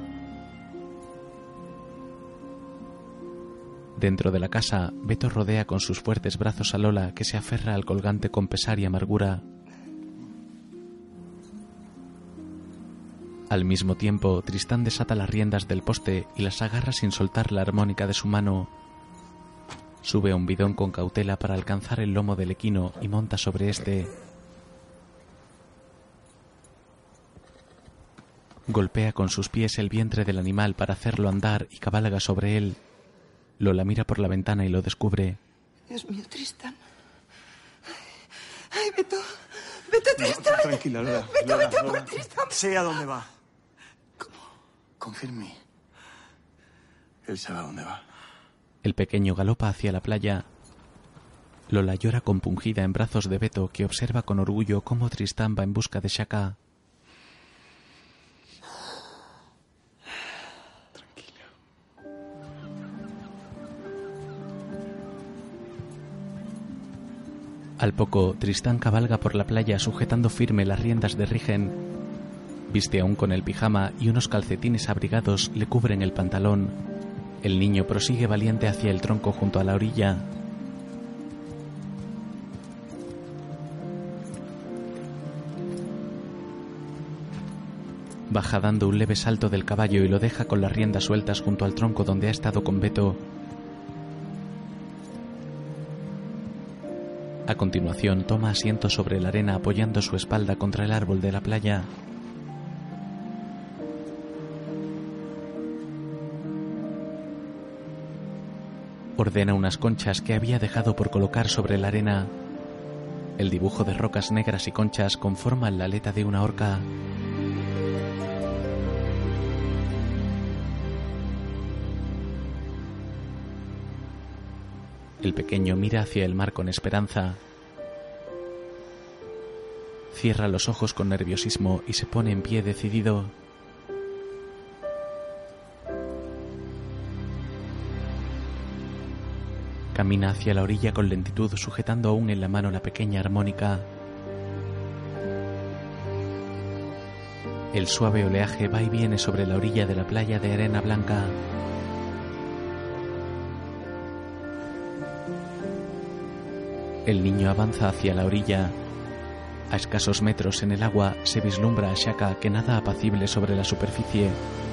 Dentro de la casa, Beto rodea con sus fuertes brazos a Lola, que se aferra al colgante con pesar y amargura. Al mismo tiempo, Tristán desata las riendas del poste y las agarra sin soltar la armónica de su mano. Sube a un bidón con cautela para alcanzar el lomo del equino y monta sobre este. Golpea con sus pies el vientre del animal para hacerlo andar y cabalga sobre él. Lola mira por la ventana y lo descubre. Dios mío, Tristán. Ay, Beto. Beto, Tristán. No, tranquila, Lola. Beto, Lola, Beto, Lola. Tristán. Sé a dónde va. ¿Cómo? Confía en mí. Él sabe a dónde va. El pequeño galopa hacia la playa. Lola llora compungida en brazos de Beto, que observa con orgullo cómo Tristán va en busca de Shaka. Al poco, Tristán cabalga por la playa sujetando firme las riendas de Rigen. Viste aún con el pijama y unos calcetines abrigados le cubren el pantalón. El niño prosigue valiente hacia el tronco junto a la orilla. Baja dando un leve salto del caballo y lo deja con las riendas sueltas junto al tronco donde ha estado con Beto. A continuación, toma asiento sobre la arena apoyando su espalda contra el árbol de la playa. Ordena unas conchas que había dejado por colocar sobre la arena. El dibujo de rocas negras y conchas conforman la aleta de una orca. El pequeño mira hacia el mar con esperanza. Cierra los ojos con nerviosismo y se pone en pie decidido. Camina hacia la orilla con lentitud, sujetando aún en la mano la pequeña armónica. El suave oleaje va y viene sobre la orilla de la playa de arena blanca. El niño avanza hacia la orilla. A escasos metros en el agua se vislumbra a Shaka, que nada apacible sobre la superficie.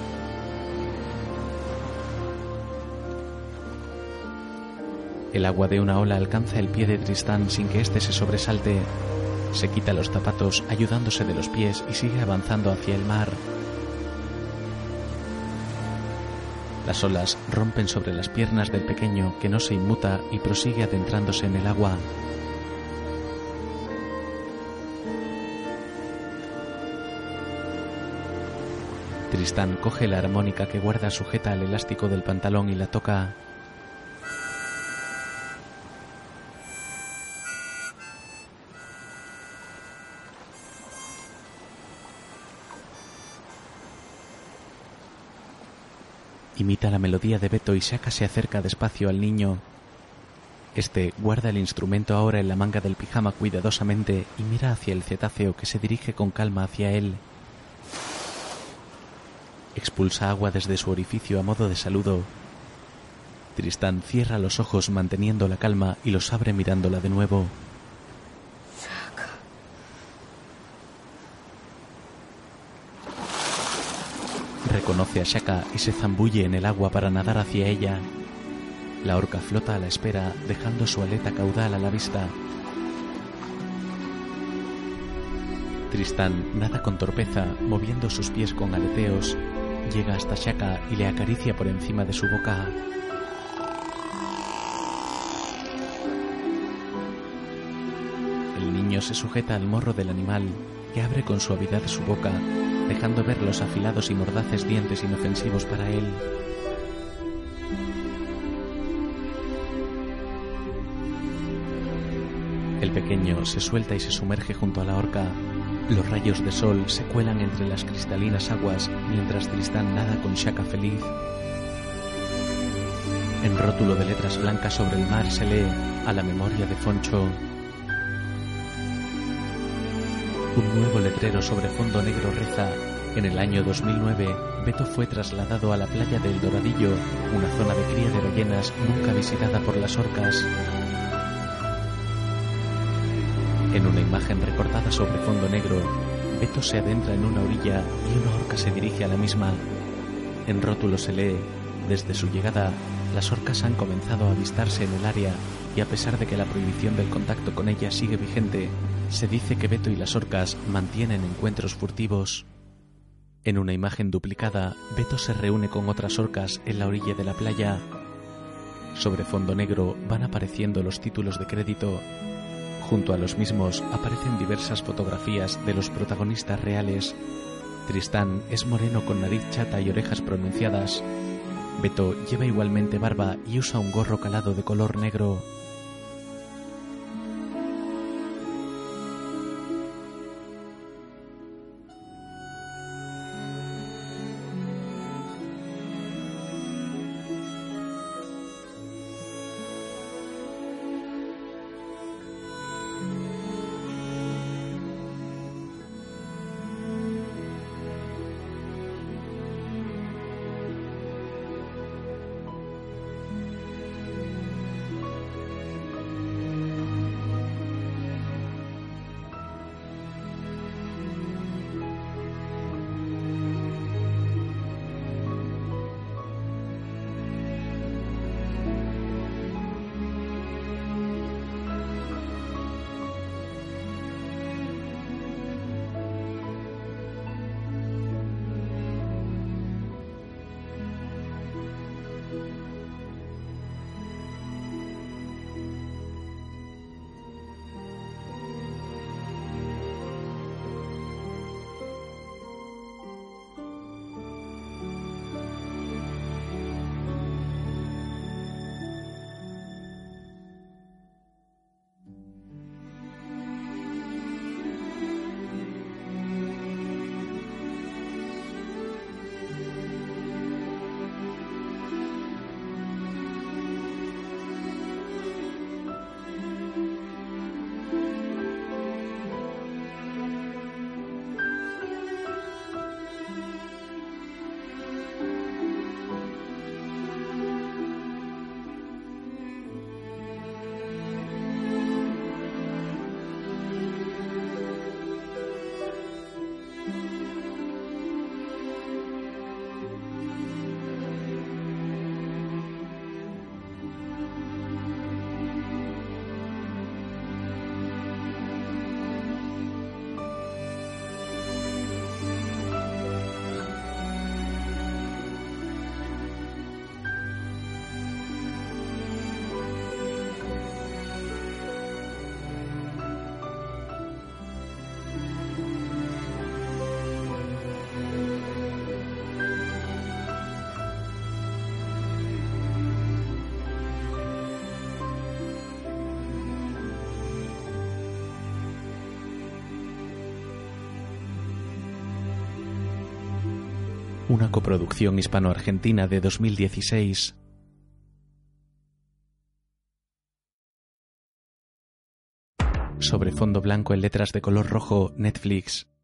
El agua de una ola alcanza el pie de Tristán sin que éste se sobresalte. Se quita los zapatos ayudándose de los pies y sigue avanzando hacia el mar. Las olas rompen sobre las piernas del pequeño, que no se inmuta y prosigue adentrándose en el agua. Tristán coge la armónica que guarda sujeta al elástico del pantalón y la toca. Imita la melodía de Beto y Shaka se acerca despacio al niño. Este guarda el instrumento ahora en la manga del pijama cuidadosamente y mira hacia el cetáceo, que se dirige con calma hacia él. Expulsa agua desde su orificio a modo de saludo. Tristán cierra los ojos manteniendo la calma y los abre mirándola de nuevo. Reconoce a Shaka y se zambulle en el agua para nadar hacia ella. La orca flota a la espera, dejando su aleta caudal a la vista. Tristán nada con torpeza, moviendo sus pies con aleteos. Llega hasta Shaka y le acaricia por encima de su boca. El niño se sujeta al morro del animal, que abre con suavidad su boca, dejando ver los afilados y mordaces dientes inofensivos para él. El pequeño se suelta y se sumerge junto a la orca. Los rayos de sol se cuelan entre las cristalinas aguas mientras Tristán nada con Shaka feliz. En rótulo de letras blancas sobre el mar se lee: a la memoria de Foncho. Un nuevo letrero sobre fondo negro reza: en el año dos mil nueve, Beto fue trasladado a la playa del Doradillo, una zona de cría de ballenas nunca visitada por las orcas. En una imagen recortada sobre fondo negro, Beto se adentra en una orilla y una orca se dirige a la misma. En rótulo se lee: desde su llegada, las orcas han comenzado a avistarse en el área y a pesar de que la prohibición del contacto con ellas sigue vigente, se dice que Beto y las orcas mantienen encuentros furtivos. En una imagen duplicada, Beto se reúne con otras orcas en la orilla de la playa. Sobre fondo negro van apareciendo los títulos de crédito. Junto a los mismos aparecen diversas fotografías de los protagonistas reales. Tristán es moreno con nariz chata y orejas pronunciadas. Beto lleva igualmente barba y usa un gorro calado de color negro. Una coproducción hispano-argentina de dos mil dieciséis. Sobre fondo blanco en letras de color rojo, Netflix.